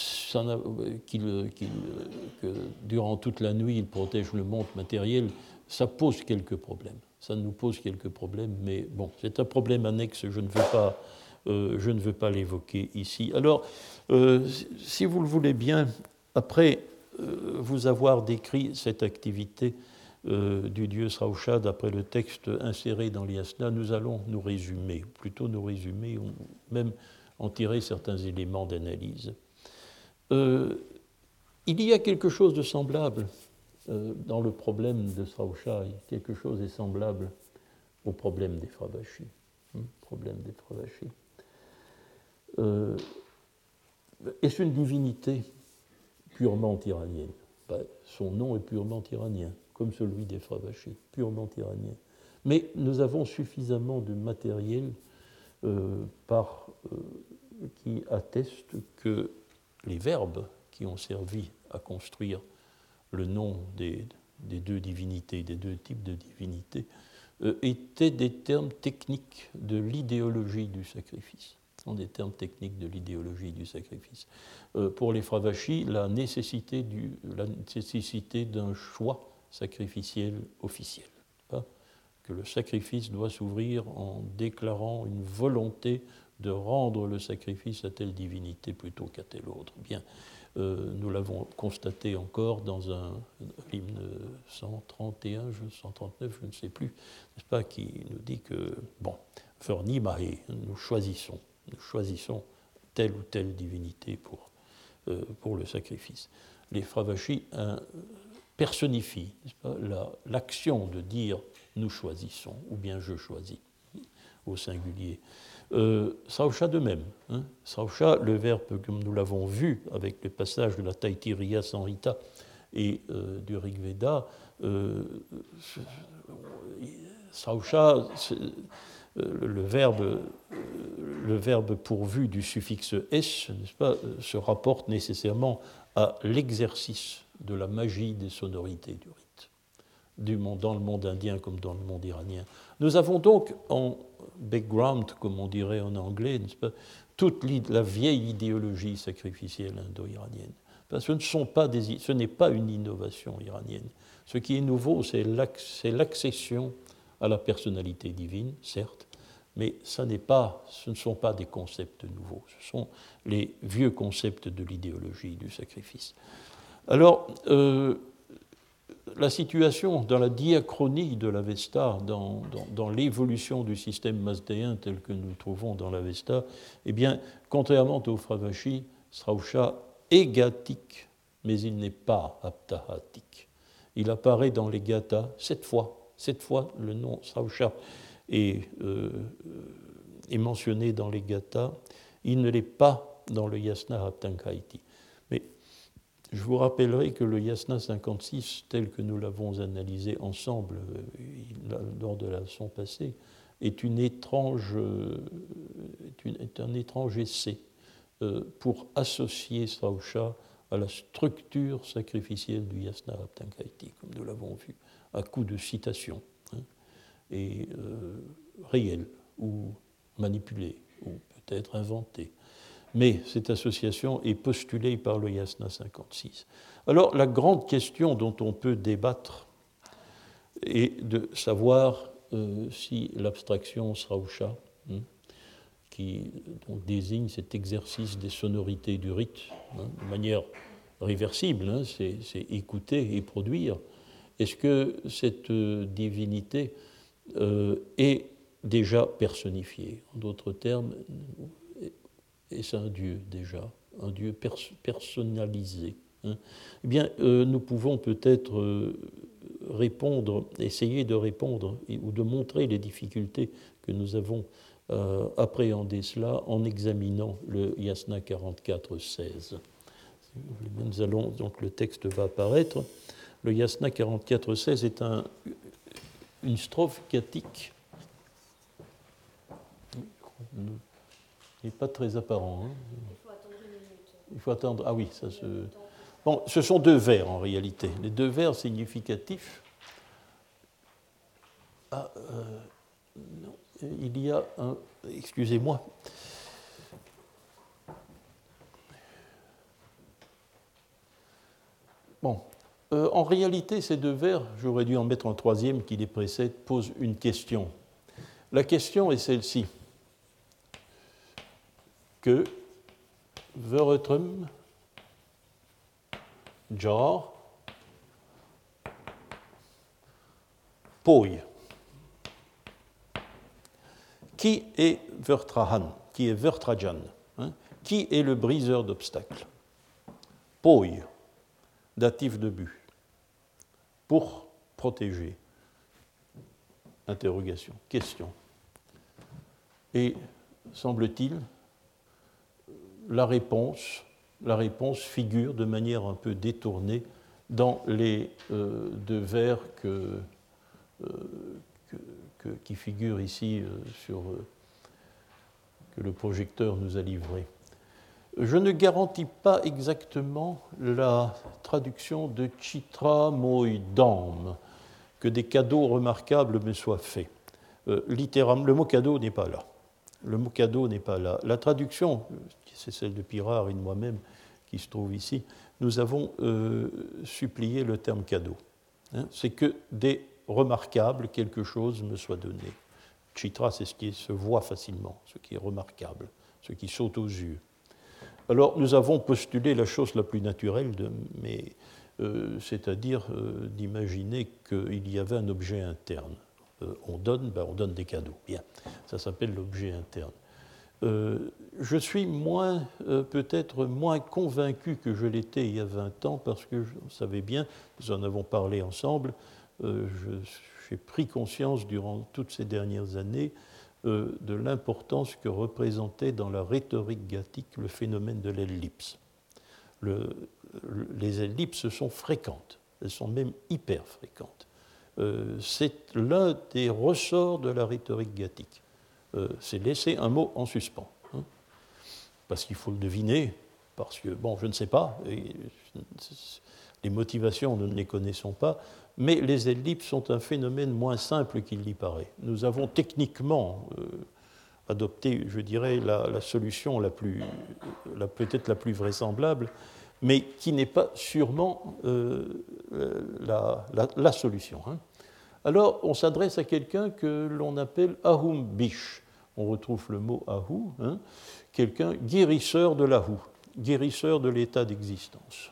durant toute la nuit il protège le monde matériel, ça pose quelques problèmes. Ça nous pose quelques problèmes, mais bon, c'est un problème annexe, je ne veux pas l'évoquer ici. Alors, si vous le voulez bien, après vous avoir décrit cette activité du dieu Sraosha d'après le texte inséré dans l'Yasna, nous allons nous résumer, ou même en tirer certains éléments d'analyse. Il y a quelque chose de semblable dans le problème de Sraosha, quelque chose est semblable au problème des Fravashis. Est-ce une divinité purement iranienne? Son nom est purement iranien, comme celui des Fravashis, purement iranien. Mais nous avons suffisamment de matériel qui atteste que les verbes qui ont servi à construire le nom des deux divinités, des deux types de divinités, étaient des termes techniques de l'idéologie du sacrifice. Ce sont des termes techniques de l'idéologie du sacrifice. Pour les Fravashis, la nécessité d'un choix sacrificiel officiel. Que le sacrifice doit s'ouvrir en déclarant une volonté de rendre le sacrifice à telle divinité plutôt qu'à telle autre. Bien, nous l'avons constaté encore dans un hymne 131, 139, je ne sais plus, n'est-ce pas, qui nous dit que, bon, Verni Mahé, nous choisissons telle ou telle divinité pour le sacrifice. Les Fravashis personnifient, n'est-ce pas, l'action de dire nous choisissons, ou bien je choisis, au singulier. Sraosha de même. Sraosha, le verbe, comme nous l'avons vu avec le passage de la Taittiriya Samhita et du Rig Veda, Sraosha, le verbe pourvu du suffixe S, n'est-ce pas, se rapporte nécessairement à l'exercice de la magie des sonorités du rite, dans le monde indien comme dans le monde iranien. Nous avons donc en background, comme on dirait en anglais, n'est-ce pas, toute la vieille idéologie sacrificielle indo-iranienne. Parce que ce n'est pas une innovation iranienne. Ce qui est nouveau, c'est l'accession à la personnalité divine, certes, mais ce ne sont pas des concepts nouveaux, ce sont les vieux concepts de l'idéologie du sacrifice. Alors, la situation dans la diachronie de l'Avesta, dans l'évolution du système mazdéen tel que nous le trouvons dans l'Avesta, eh bien, contrairement au Fravashi, Srausha est gathique, mais il n'est pas aptahatique. Il apparaît dans les gathas 7 fois. 7 fois, le nom Srausha est mentionné dans les gathas. Il ne l'est pas dans le Yasna Haptankaiti. Mais je vous rappellerai que le Yasna 56, tel que nous l'avons analysé ensemble lors de la leçon passée, est un étrange essai pour associer Srausha à la structure sacrificielle du Yasna Haptankaiti, comme nous l'avons vu, à coup de citation, et réelle, ou manipulée, ou peut-être inventée. Mais cette association est postulée par le Yasna 56. Alors, la grande question dont on peut débattre est de savoir si l'abstraction Srausha, qui donc désigne cet exercice des sonorités du rite, de manière réversible, c'est écouter et produire, est-ce que cette divinité est déjà personnifiée? En d'autres termes, est-ce un Dieu déjà, un Dieu personnalisé? Eh bien, nous pouvons peut-être répondre, essayer de répondre ou de montrer les difficultés que nous avons appréhender cela en examinant le Yasna 44-16. Nous allons, donc le texte va apparaître. Le Yasna 44-16 est une strophe gathique. Il n'est pas très apparent. Il faut attendre une minute. Il faut attendre. Ah oui, ça se. Bon, ce sont 2 vers en réalité. Les 2 vers significatifs. Ah, non. Il y a un... Excusez-moi. Bon. En réalité, ces 2 vers, j'aurais dû en mettre un 3e qui les précède, posent une question. La question est celle-ci. Que Veretrum Jar Poi. Qui est Vertrahan? Qui est Vertrajan? Qui est le briseur d'obstacles? Poi, datif de but. Pour protéger. Interrogation, question. Et, semble-t-il, la réponse figure de manière un peu détournée dans les 2 vers qui figurent ici que le projecteur nous a livrés. Je ne garantis pas exactement la traduction de Chitra Moidam, que des cadeaux remarquables me soient faits. Littéralement, le mot cadeau n'est pas là. Le mot cadeau n'est pas là. La traduction, c'est celle de Pirard et de moi-même qui se trouve ici, nous avons supplié le terme cadeau. C'est que des remarquables, quelque chose me soit donné. Chitra, c'est ce qui se voit facilement, ce qui est remarquable, ce qui saute aux yeux. Alors, nous avons postulé la chose la plus naturelle, c'est-à-dire d'imaginer qu'il y avait un objet interne. On donne des cadeaux. Bien, ça s'appelle l'objet interne. Je suis peut-être moins convaincu que je l'étais il y a 20 ans, parce que, vous savez bien, nous en avons parlé ensemble, j'ai pris conscience durant toutes ces dernières années de l'importance que représentait dans la rhétorique gathique le phénomène de l'ellipse. Les ellipses sont fréquentes, elles sont même hyper fréquentes. C'est l'un des ressorts de la rhétorique gathique. C'est laisser un mot en suspens. Parce qu'il faut le deviner, parce que, bon, je ne sais pas, les motivations, nous ne les connaissons pas, mais les ellipses sont un phénomène moins simple qu'il y paraît. Nous avons techniquement adopté, je dirais, la solution peut-être la plus vraisemblable, mais qui n'est pas sûrement la solution. Alors, on s'adresse à quelqu'un que l'on appelle Ahum Bish. On retrouve le mot Ahu, hein, quelqu'un guérisseur de l'Ahu, guérisseur de l'état d'existence.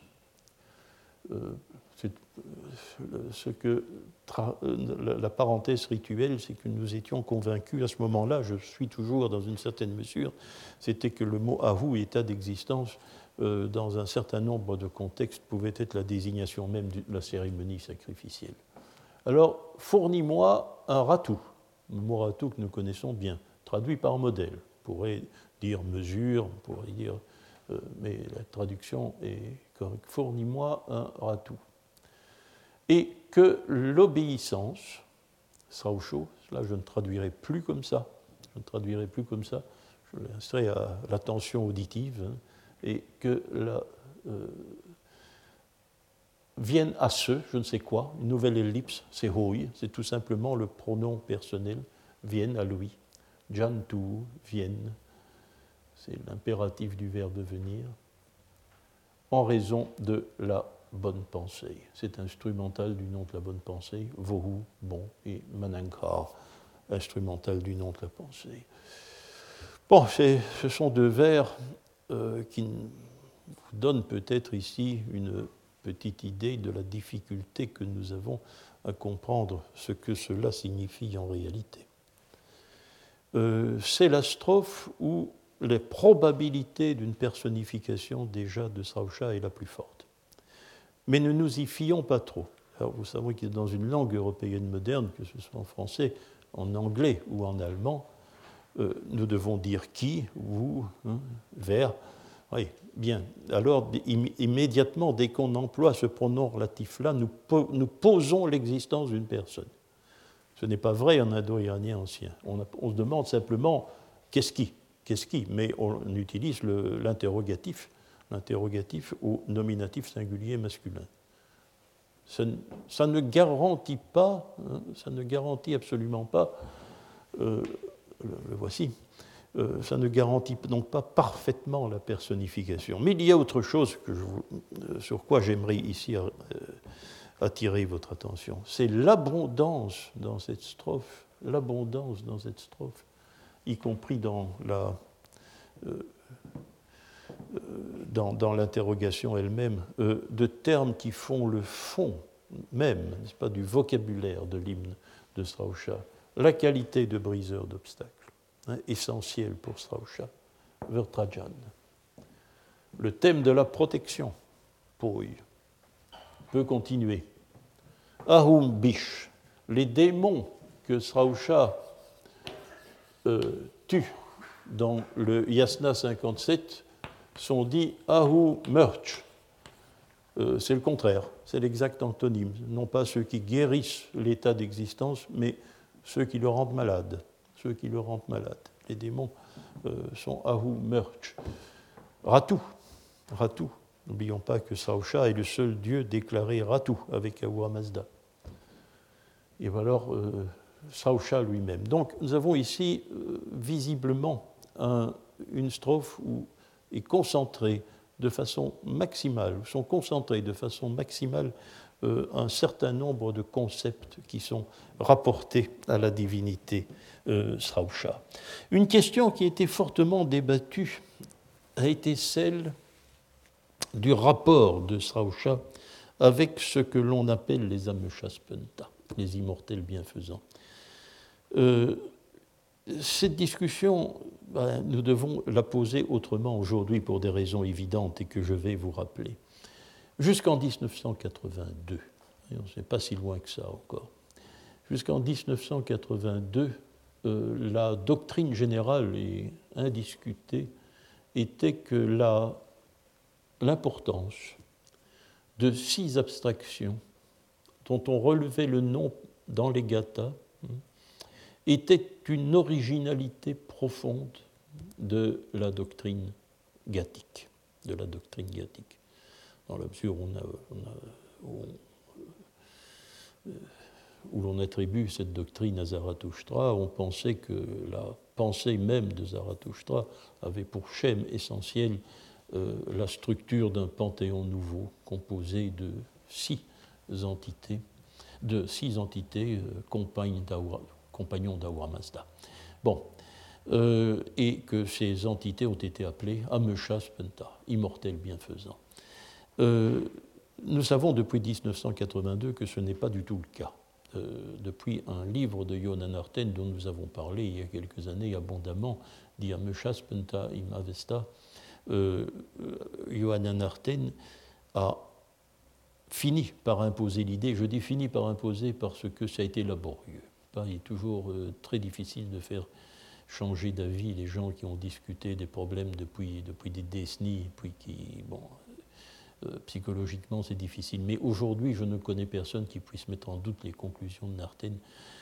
La parenthèse rituelle, c'est que nous étions convaincus à ce moment-là, je suis toujours dans une certaine mesure, c'était que le mot Ahu, état d'existence, dans un certain nombre de contextes, pouvait être la désignation même de la cérémonie sacrificielle. Alors, fournis-moi un ratou, le mot ratou que nous connaissons bien, traduit par modèle. On pourrait dire mesure, on pourrait dire, mais la traduction est correcte. Fournis-moi un ratou. Et que l'obéissance, Srausho, là je ne traduirai plus comme ça, je l'inserai à l'attention auditive, hein, et que vienne à ce, je ne sais quoi, une nouvelle ellipse, c'est hoi, c'est tout simplement le pronom personnel, vienne à lui. Jantu, vienne, c'est l'impératif du verbe venir, en raison de la bonne pensée. C'est instrumental du nom de la bonne pensée, vohu, bon, et manankar, instrumental du nom de la pensée. Bon, ce sont deux vers qui vous donnent peut-être ici une petite idée de la difficulté que nous avons à comprendre ce que cela signifie en réalité. C'est la strophe où les probabilités d'une personnification déjà de Srausha est la plus forte. Mais ne nous y fions pas trop. Alors, vous savez que dans une langue européenne moderne, que ce soit en français, en anglais ou en allemand, nous devons dire qui, vous, hein, vers. Oui, bien. Alors, immédiatement, dès qu'on emploie ce pronom relatif-là, nous posons l'existence d'une personne. Ce n'est pas vrai en indo-iranien ancien. On se demande simplement qu'est-ce qui, mais on utilise l'interrogatif au nominatif singulier masculin. Ça ne garantit pas, hein, ça ne garantit absolument pas, le voici, ça ne garantit donc pas parfaitement la personnification. Mais il y a autre chose sur quoi j'aimerais ici attirer votre attention. C'est l'abondance dans cette strophe, y compris dans l'interrogation elle-même, de termes qui font le fond même, n'est-ce pas, du vocabulaire de l'hymne de Srausha. La qualité de briseur d'obstacles, hein, essentielle pour Srausha, Vertrajan. Le thème de la protection, Poi, peut continuer. Ahum Bish, les démons que Srausha tue dans le Yasna 57 sont dits Ahu Murch. C'est le contraire, c'est l'exact antonyme. Non pas ceux qui guérissent l'état d'existence, mais ceux qui le rendent malade. Les démons sont Ahu Murch. Ratu. N'oublions pas que Srausha est le seul dieu déclaré Ratu avec Ahura Mazda. Et alors, Srausha lui-même. Donc, nous avons ici visiblement une strophe où est concentré de façon maximale, sont concentrés de façon maximale un certain nombre de concepts qui sont rapportés à la divinité Srausha. Une question qui a été fortement débattue a été celle du rapport de Srausha avec ce que l'on appelle les Ameshaspenta, les immortels bienfaisants. Cette discussion, nous devons la poser autrement aujourd'hui pour des raisons évidentes et que je vais vous rappeler. Jusqu'en 1982, et on ne sait pas si loin que ça encore, jusqu'en 1982, la doctrine générale et indiscutée était que l'importance de 6 abstractions dont on relevait le nom dans les gathas était une originalité profonde de la doctrine gathique, dans la mesure où l'on attribue cette doctrine à Zarathoustra. On pensait que la pensée même de Zarathoustra avait pour schème essentiel la structure d'un panthéon nouveau composé de 6 entités de 6 entités compagnons d'Ahura Mazda. Bon, et que ces entités ont été appelées Amesha Spenta, immortels bienfaisants. Nous savons depuis 1982 que ce n'est pas du tout le cas. Depuis un livre de Yohanan Arten dont nous avons parlé il y a quelques années abondamment, dit Amesha Spenta im Avesta, Yohanan Arten a fini par imposer l'idée, je dis fini par imposer parce que ça a été laborieux. Il est toujours très difficile de faire changer d'avis les gens qui ont discuté des problèmes depuis des décennies, puis psychologiquement c'est difficile. Mais aujourd'hui, je ne connais personne qui puisse mettre en doute les conclusions de Narten.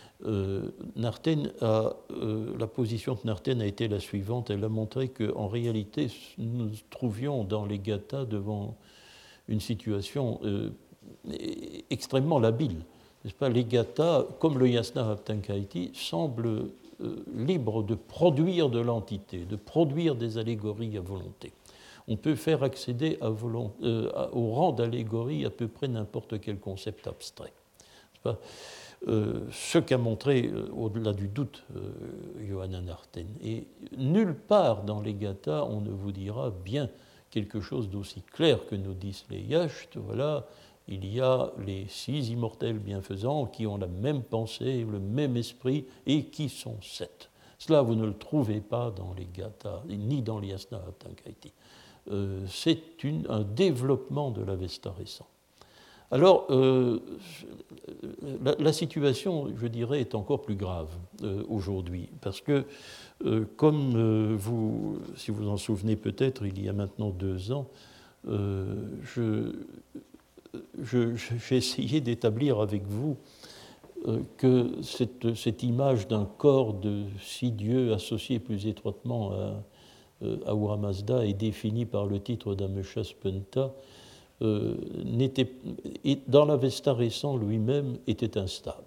La position de Narten a été la suivante. Elle a montré qu'en réalité, nous nous trouvions dans les Gathas devant une situation extrêmement labile. N'est-ce pas? Les Gathas, comme le Yasna Haptankaiti, semblent libres de produire de l'entité, de produire des allégories à volonté. On peut faire accéder au rang d'allégorie à peu près n'importe quel concept abstrait. N'est-ce pas? Ce qu'a montré, au-delà du doute, Yohanan Arten. Et nulle part dans les Gathas, on ne vous dira bien quelque chose d'aussi clair que nous disent les Yachts. Voilà, il y a les 6 immortels bienfaisants qui ont la même pensée, le même esprit, et qui sont 7. Cela, vous ne le trouvez pas dans les Gathas, ni dans les Yasna Haptankaiti. C'est un développement de l'Avesta récent. Alors, la situation, je dirais, est encore plus grave aujourd'hui, parce que, comme si vous en souvenez peut-être, il y a maintenant 2 ans, j'ai essayé d'établir avec vous que cette image d'un corps de 6 dieux associés plus étroitement à Ahura Mazda est définie par le titre d'Amesha Spenta, dans l'Avesta récent lui-même était instable.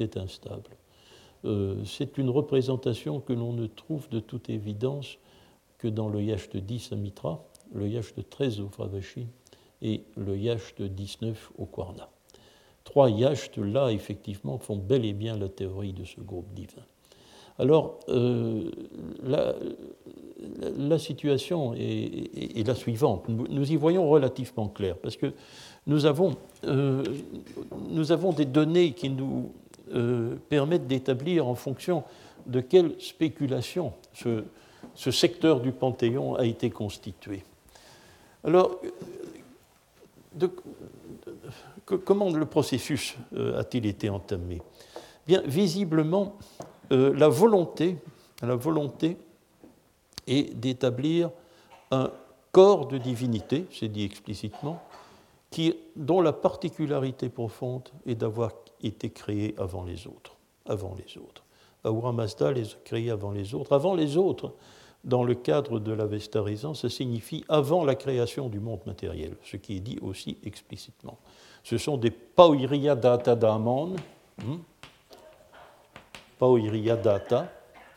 C'est une représentation que l'on ne trouve de toute évidence que dans le Yash de 10 à Mitra, le Yash de 13 au Fravashi et le Yash de 19 au Kwarna. 3 Yashts, là, effectivement, font bel et bien la théorie de ce groupe divin. Alors, la situation est la suivante. Nous y voyons relativement clair, parce que nous avons des données qui nous permettent d'établir en fonction de quelle spéculation ce secteur du Panthéon a été constitué. Alors, comment le processus a-t-il été entamé? Bien, visiblement, la volonté est d'établir un corps de divinité, c'est dit explicitement, dont la particularité profonde est d'avoir été créé avant les autres. Ahura Mazda les a créés avant les autres. Avant les autres, dans le cadre de l'Avesta récent, ça signifie avant la création du monde matériel, ce qui est dit aussi explicitement. Ce sont des Pauiriya Data Daman, Pauiriya Data,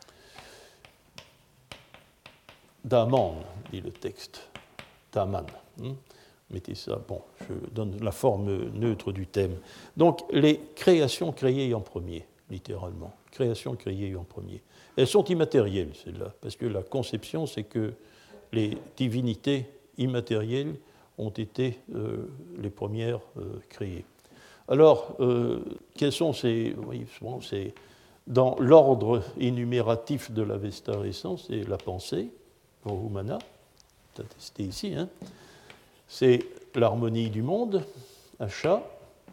Daman, dit le texte, Daman. Mettez ça, bon, je donne la forme neutre du thème. Donc, les créations créées en premier, littéralement. Créations créées en premier. Elles sont immatérielles, celles-là, parce que la conception, c'est que les divinités immatérielles ont été les premières créées. Alors, quels sont ces... Oui, souvent, c'est dans l'ordre énumératif de l'Avesta récent, c'est la pensée, Vohumana, c'était ici, hein. C'est l'harmonie du monde, Asha,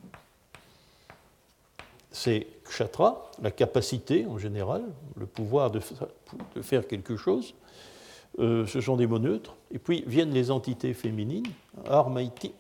c'est Kshatra, la capacité en général, le pouvoir de faire quelque chose, ce sont des mots neutres, et puis viennent les entités féminines, Armaiti,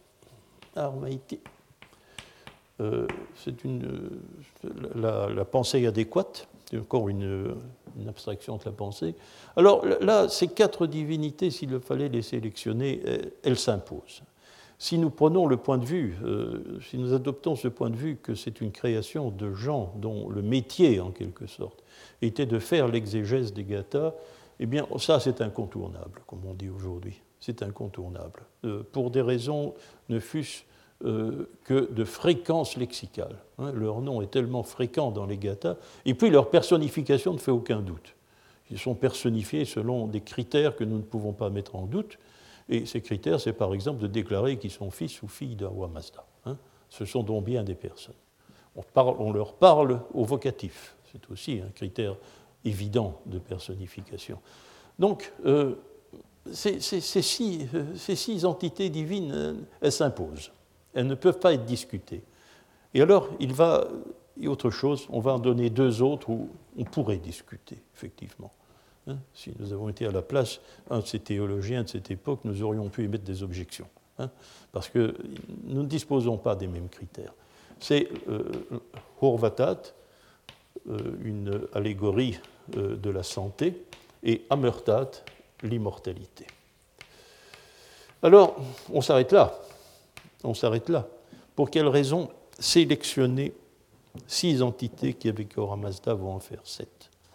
c'est la pensée adéquate, c'est encore une abstraction de la pensée. Alors là, ces 4 divinités, s'il fallait les sélectionner, elles s'imposent. Si nous prenons le point de vue, si nous adoptons ce point de vue que c'est une création de gens dont le métier, en quelque sorte, était de faire l'exégèse des Gathas, eh bien ça c'est incontournable, comme on dit aujourd'hui. C'est incontournable. Pour des raisons ne fût-ce que de fréquence lexicale. Leur nom est tellement fréquent dans les gathas, et puis leur personnification ne fait aucun doute. Ils sont personnifiés selon des critères que nous ne pouvons pas mettre en doute, et ces critères, c'est par exemple de déclarer qu'ils sont fils ou filles d'Ahura Mazda. Ce sont donc bien des personnes. On leur parle au vocatif, c'est aussi un critère évident de personnification. Donc, ces six entités divines, elles s'imposent. Elles ne peuvent pas être discutées. Et alors, il y a autre chose, on va en donner deux autres où on pourrait discuter, effectivement. Si nous avons été à la place d'un de ces théologiens de cette époque, nous aurions pu émettre des objections, parce que nous ne disposons pas des mêmes critères. C'est Horvatat, une allégorie de la santé, et Amörtat, l'immortalité. Alors, on s'arrête là. On s'arrête là. Pour quelle raison sélectionner 6 entités qui, avec Ahura Mazda, vont en faire 7 ?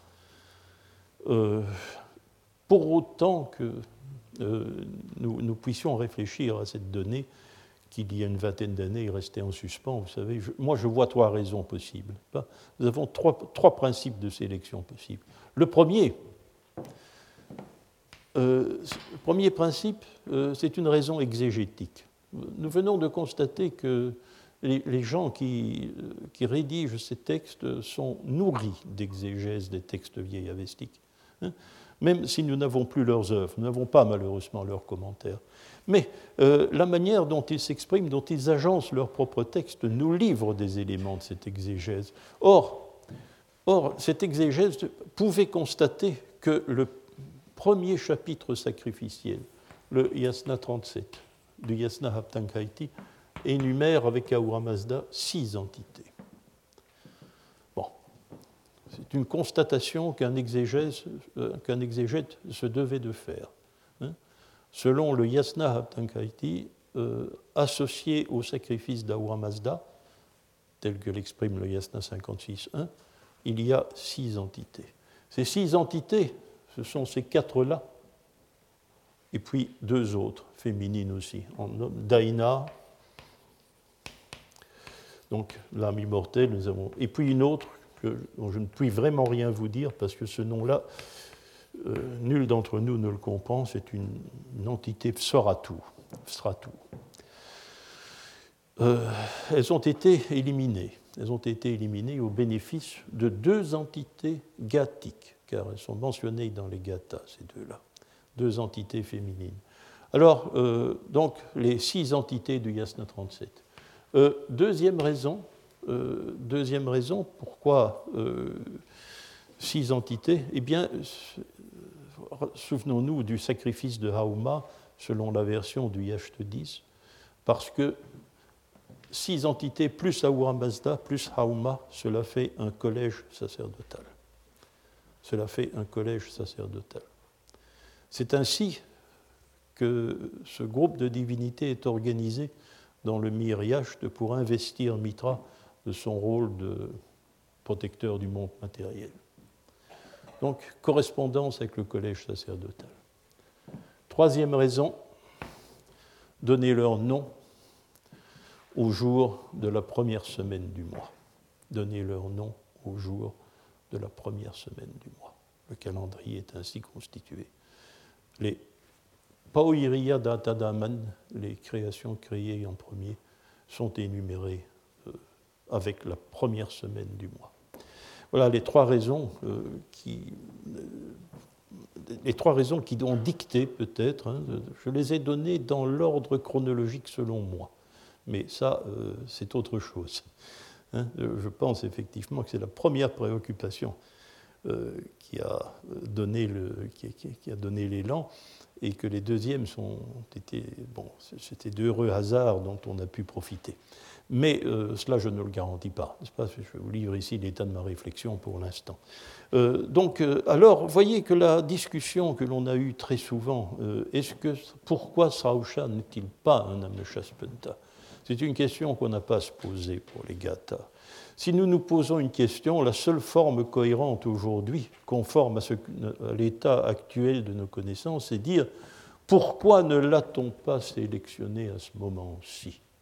Pour autant que nous puissions réfléchir à cette donnée qu'il y a une vingtaine d'années est restée en suspens, vous savez, moi je vois 3 raisons possibles. Nous avons trois principes de sélection possibles. Le premier principe, c'est une raison exégétique. Nous venons de constater que les gens qui rédigent ces textes sont nourris d'exégèse des textes vieillavestiques. Même si nous n'avons plus leurs œuvres, nous n'avons pas malheureusement leurs commentaires. Mais la manière dont ils s'expriment, dont ils agencent leurs propres textes, nous livre des éléments de cette exégèse. Or, cette exégèse pouvait constater que le premier chapitre sacrificiel, le Yasna 37, du Yasna Haptankaiti, énumère avec Ahura Mazda 6 entités. Bon, c'est une constatation qu'un exégète se devait de faire. Selon le Yasna Haptankaiti, associé au sacrifice d'Ahura Mazda, tel que l'exprime le Yasna 56.1, il y a 6 entités. Ces 6 entités, ce sont ces 4-là, et puis 2 autres, féminines aussi. Daina, donc l'âme immortelle, nous avons. Et puis une autre, dont je ne puis vraiment rien vous dire, parce que ce nom-là, nul d'entre nous ne le comprend, c'est une entité Psoratu. Elles ont été éliminées. Elles ont été éliminées au bénéfice de 2 entités gathiques, car elles sont mentionnées dans les gathas, ces 2-là. 2 entités féminines. Alors, donc, les 6 entités du Yasna 37. Deuxième raison, pourquoi 6 entités ? Eh bien, souvenons-nous du sacrifice de Hauma, selon la version du Yacht 10, parce que 6 entités plus Ahura Mazda plus Hauma, cela fait un collège sacerdotal. C'est ainsi que ce groupe de divinités est organisé dans le Mir Yacht pour investir Mitra de son rôle de protecteur du monde matériel. Donc, correspondance avec le collège sacerdotal. Troisième raison, donner leur nom au jour de la première semaine du mois. Donner leur nom au jour de la première semaine du mois. Le calendrier est ainsi constitué. Les Pauiriya Datadaman, les créations créées en premier, sont énumérées avec la première semaine du mois. Voilà les 3 raisons qui ont dicté peut-être, je les ai données dans l'ordre chronologique selon moi, mais ça c'est autre chose. Je pense effectivement que c'est la première préoccupation qui a donné l'élan, et que les deuxièmes c'était d'heureux hasards dont on a pu profiter. Mais cela, je ne le garantis pas. N'est-ce pas ? Je vous livre ici l'état de ma réflexion pour l'instant. Alors, voyez que la discussion que l'on a eue très souvent, pourquoi Srausha n'est-il pas un Ameshaspenta ? C'est une question qu'on n'a pas à se poser pour les gathas. Si nous nous posons une question, la seule forme cohérente aujourd'hui, conforme à l'état actuel de nos connaissances, c'est dire pourquoi ne l'a-t-on pas sélectionné à ce moment-ci ?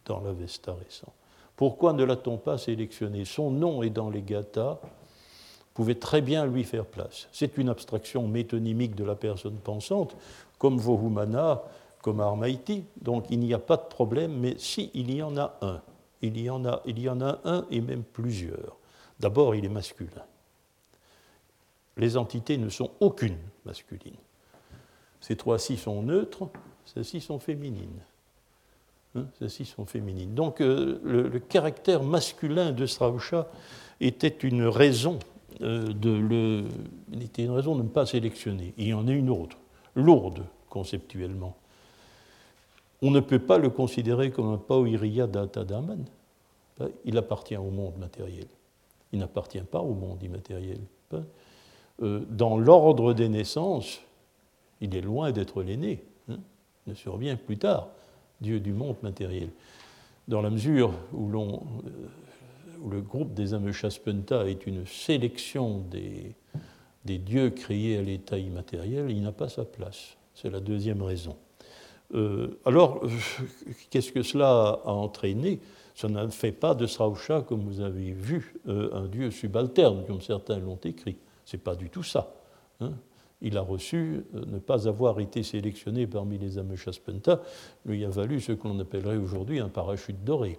dans l'Avesta récent. Pourquoi ne l'a-t-on pas sélectionné? Son nom est dans les gathas, pouvait très bien lui faire place. C'est une abstraction métonymique de la personne pensante, comme Vohumana, comme Armaiti, donc il n'y a pas de problème, mais si, il y en a un. Il y en a un et même plusieurs. D'abord, il est masculin. Les entités ne sont aucune masculine. Ces trois-ci sont neutres, celles-ci sont féminines. Celles-ci sont féminines. Donc le caractère masculin de Sraosha était une raison de ne pas sélectionner. Il y en a une autre, lourde conceptuellement. On ne peut pas le considérer comme un Pauiriya Datadaman. Il appartient au monde matériel. Il n'appartient pas au monde immatériel. Dans l'ordre des naissances, il est loin d'être l'aîné. Il ne survient plus tard, Dieu du monde matériel. Dans la mesure où le groupe des Ameshaspenta est une sélection des dieux créés à l'état immatériel, il n'a pas sa place. C'est la deuxième raison. Alors, qu'est-ce que cela a entraîné? Ça ne fait pas de Sraosha, comme vous avez vu, un dieu subalterne, comme certains l'ont écrit. Ce n'est pas du tout ça. Il a reçu ne pas avoir été sélectionné parmi les Ameshaspenta, lui a valu ce que l'on appellerait aujourd'hui un parachute doré.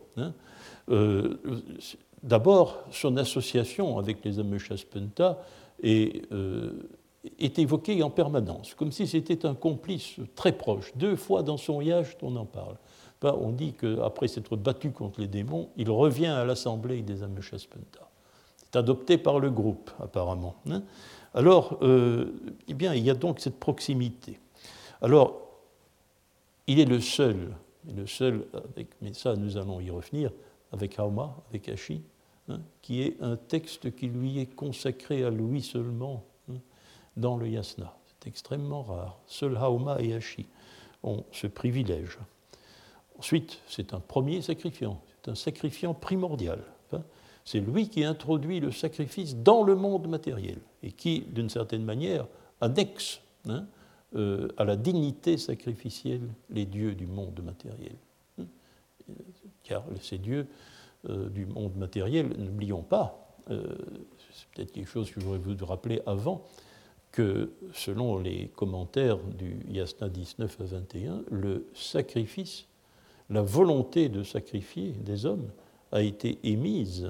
D'abord, son association avec les Ameshaspenta est évoquée en permanence, comme si c'était un complice très proche. 2 fois dans son yacht, on en parle. On dit qu'après s'être battu contre les démons, il revient à l'assemblée des Ameshaspenta. C'est adopté par le groupe, apparemment. Alors, eh bien, il y a donc cette proximité. Alors, il est le seul mais ça, nous allons y revenir, avec Hauma, avec Ashi, qui est un texte qui lui est consacré à lui seulement dans le yasna. C'est extrêmement rare. Seuls Hauma et Ashi ont ce privilège. Ensuite, c'est un premier sacrifiant, c'est un sacrifiant primordial. C'est lui qui introduit le sacrifice dans le monde matériel et qui, d'une certaine manière, annexe à la dignité sacrificielle les dieux du monde matériel. Car ces dieux du monde matériel, n'oublions pas, c'est peut-être quelque chose que j'aurais voulu rappeler avant, que selon les commentaires du Yasna 19 à 21, le sacrifice, la volonté de sacrifier des hommes a été émise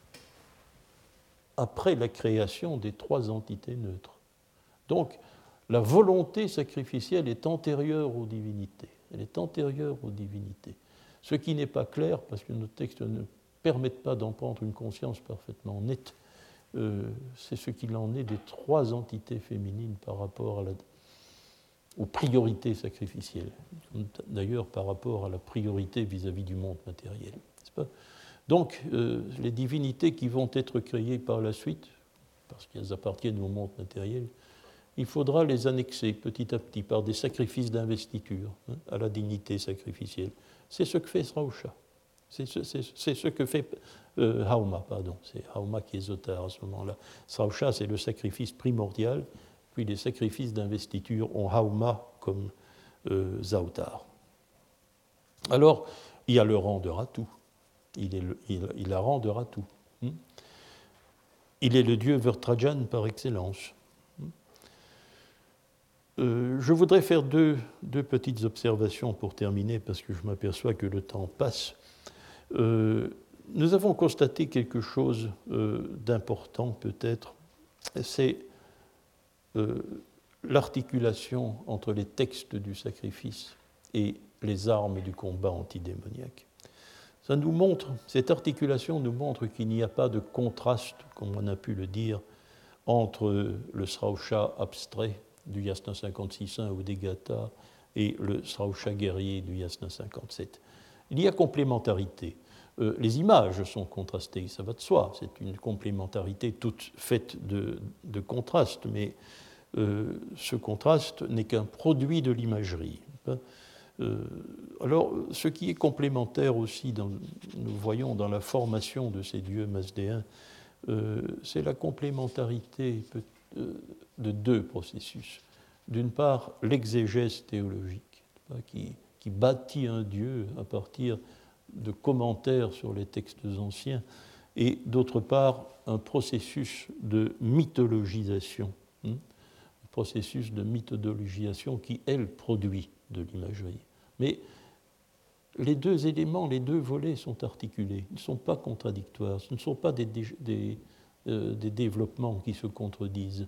après la création des 3 entités neutres. Donc, la volonté sacrificielle est antérieure aux divinités. Elle est antérieure aux divinités. Ce qui n'est pas clair, parce que nos textes ne permettent pas d'en prendre une conscience parfaitement nette, c'est ce qu'il en est des 3 entités féminines par rapport aux priorités sacrificielles, d'ailleurs par rapport à la priorité vis-à-vis du monde matériel. N'est-ce pas ? Donc, les divinités qui vont être créées par la suite, parce qu'elles appartiennent au monde matériel, il faudra les annexer petit à petit par des sacrifices d'investiture à la dignité sacrificielle. C'est ce que fait Sraosha. C'est ce que fait Hauma, pardon. C'est Hauma qui est Zotar à ce moment-là. Sraosha, c'est le sacrifice primordial, puis les sacrifices d'investiture ont Hauma comme Zautar. Alors, il y a le rang de Ratu. Il a rang de Ratu. Il est le dieu Vertrajan par excellence. Je voudrais faire deux petites observations pour terminer, parce que je m'aperçois que le temps passe. Nous avons constaté quelque chose d'important peut-être, c'est l'articulation entre les textes du sacrifice et les armes du combat antidémoniaque. Ça nous montre, cette articulation nous montre qu'il n'y a pas de contraste, comme on a pu le dire, entre le Sraosha abstrait du Yasna 56.1 ou des Gathas et le Sraosha guerrier du Yasna 57. Il y a complémentarité. Les images sont contrastées, ça va de soi, c'est une complémentarité toute faite de contraste, mais ce contraste n'est qu'un produit de l'imagerie. Alors, ce qui est complémentaire aussi, nous voyons dans la formation de ces dieux masdéens, c'est la complémentarité de 2 processus. D'une part, l'exégèse théologique, qui bâtit un Dieu à partir de commentaires sur les textes anciens, et d'autre part un processus de mythologisation, un processus de mythologisation qui, elle, produit de l'imagerie. Mais les deux éléments, les deux volets sont articulés, ils ne sont pas contradictoires, ce ne sont pas des développements qui se contredisent.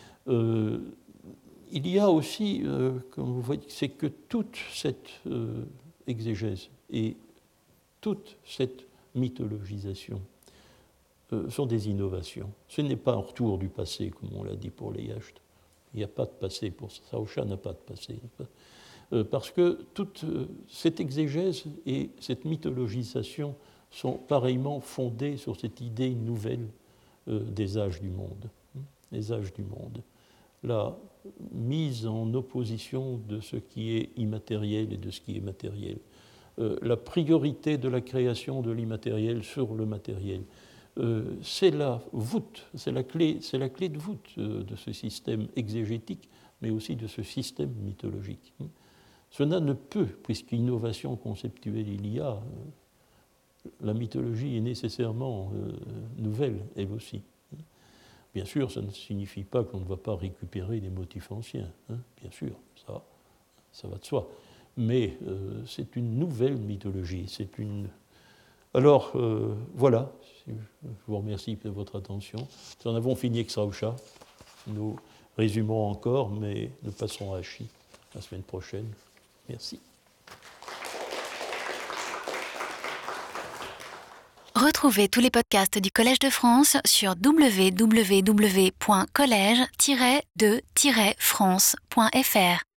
Il y a aussi, comme vous voyez, c'est que toute cette exégèse et toute cette mythologisation sont des innovations. Ce n'est pas un retour du passé, comme on l'a dit pour les Yachts. Il n'y a pas de passé pour ça. Saosha n'a pas de passé. Parce que toute cette exégèse et cette mythologisation sont pareillement fondées sur cette idée nouvelle des âges du monde. Les âges du monde. La mise en opposition de ce qui est immatériel et de ce qui est matériel. La priorité de la création de l'immatériel sur le matériel. C'est la voûte, c'est la clé de voûte de ce système exégétique, mais aussi de ce système mythologique. Cela ne peut, puisqu'innovation conceptuelle il y a, la mythologie est nécessairement nouvelle, elle aussi. Bien sûr, ça ne signifie pas qu'on ne va pas récupérer des motifs anciens, bien sûr, ça va de soi. Mais c'est une nouvelle mythologie, c'est une... Alors, voilà, je vous remercie de votre attention. Nous en avons fini avec Saosha. Nous résumons encore, mais nous passerons à Hachi la semaine prochaine. Merci. Retrouvez tous les podcasts du Collège de France sur www.collège-de-france.fr.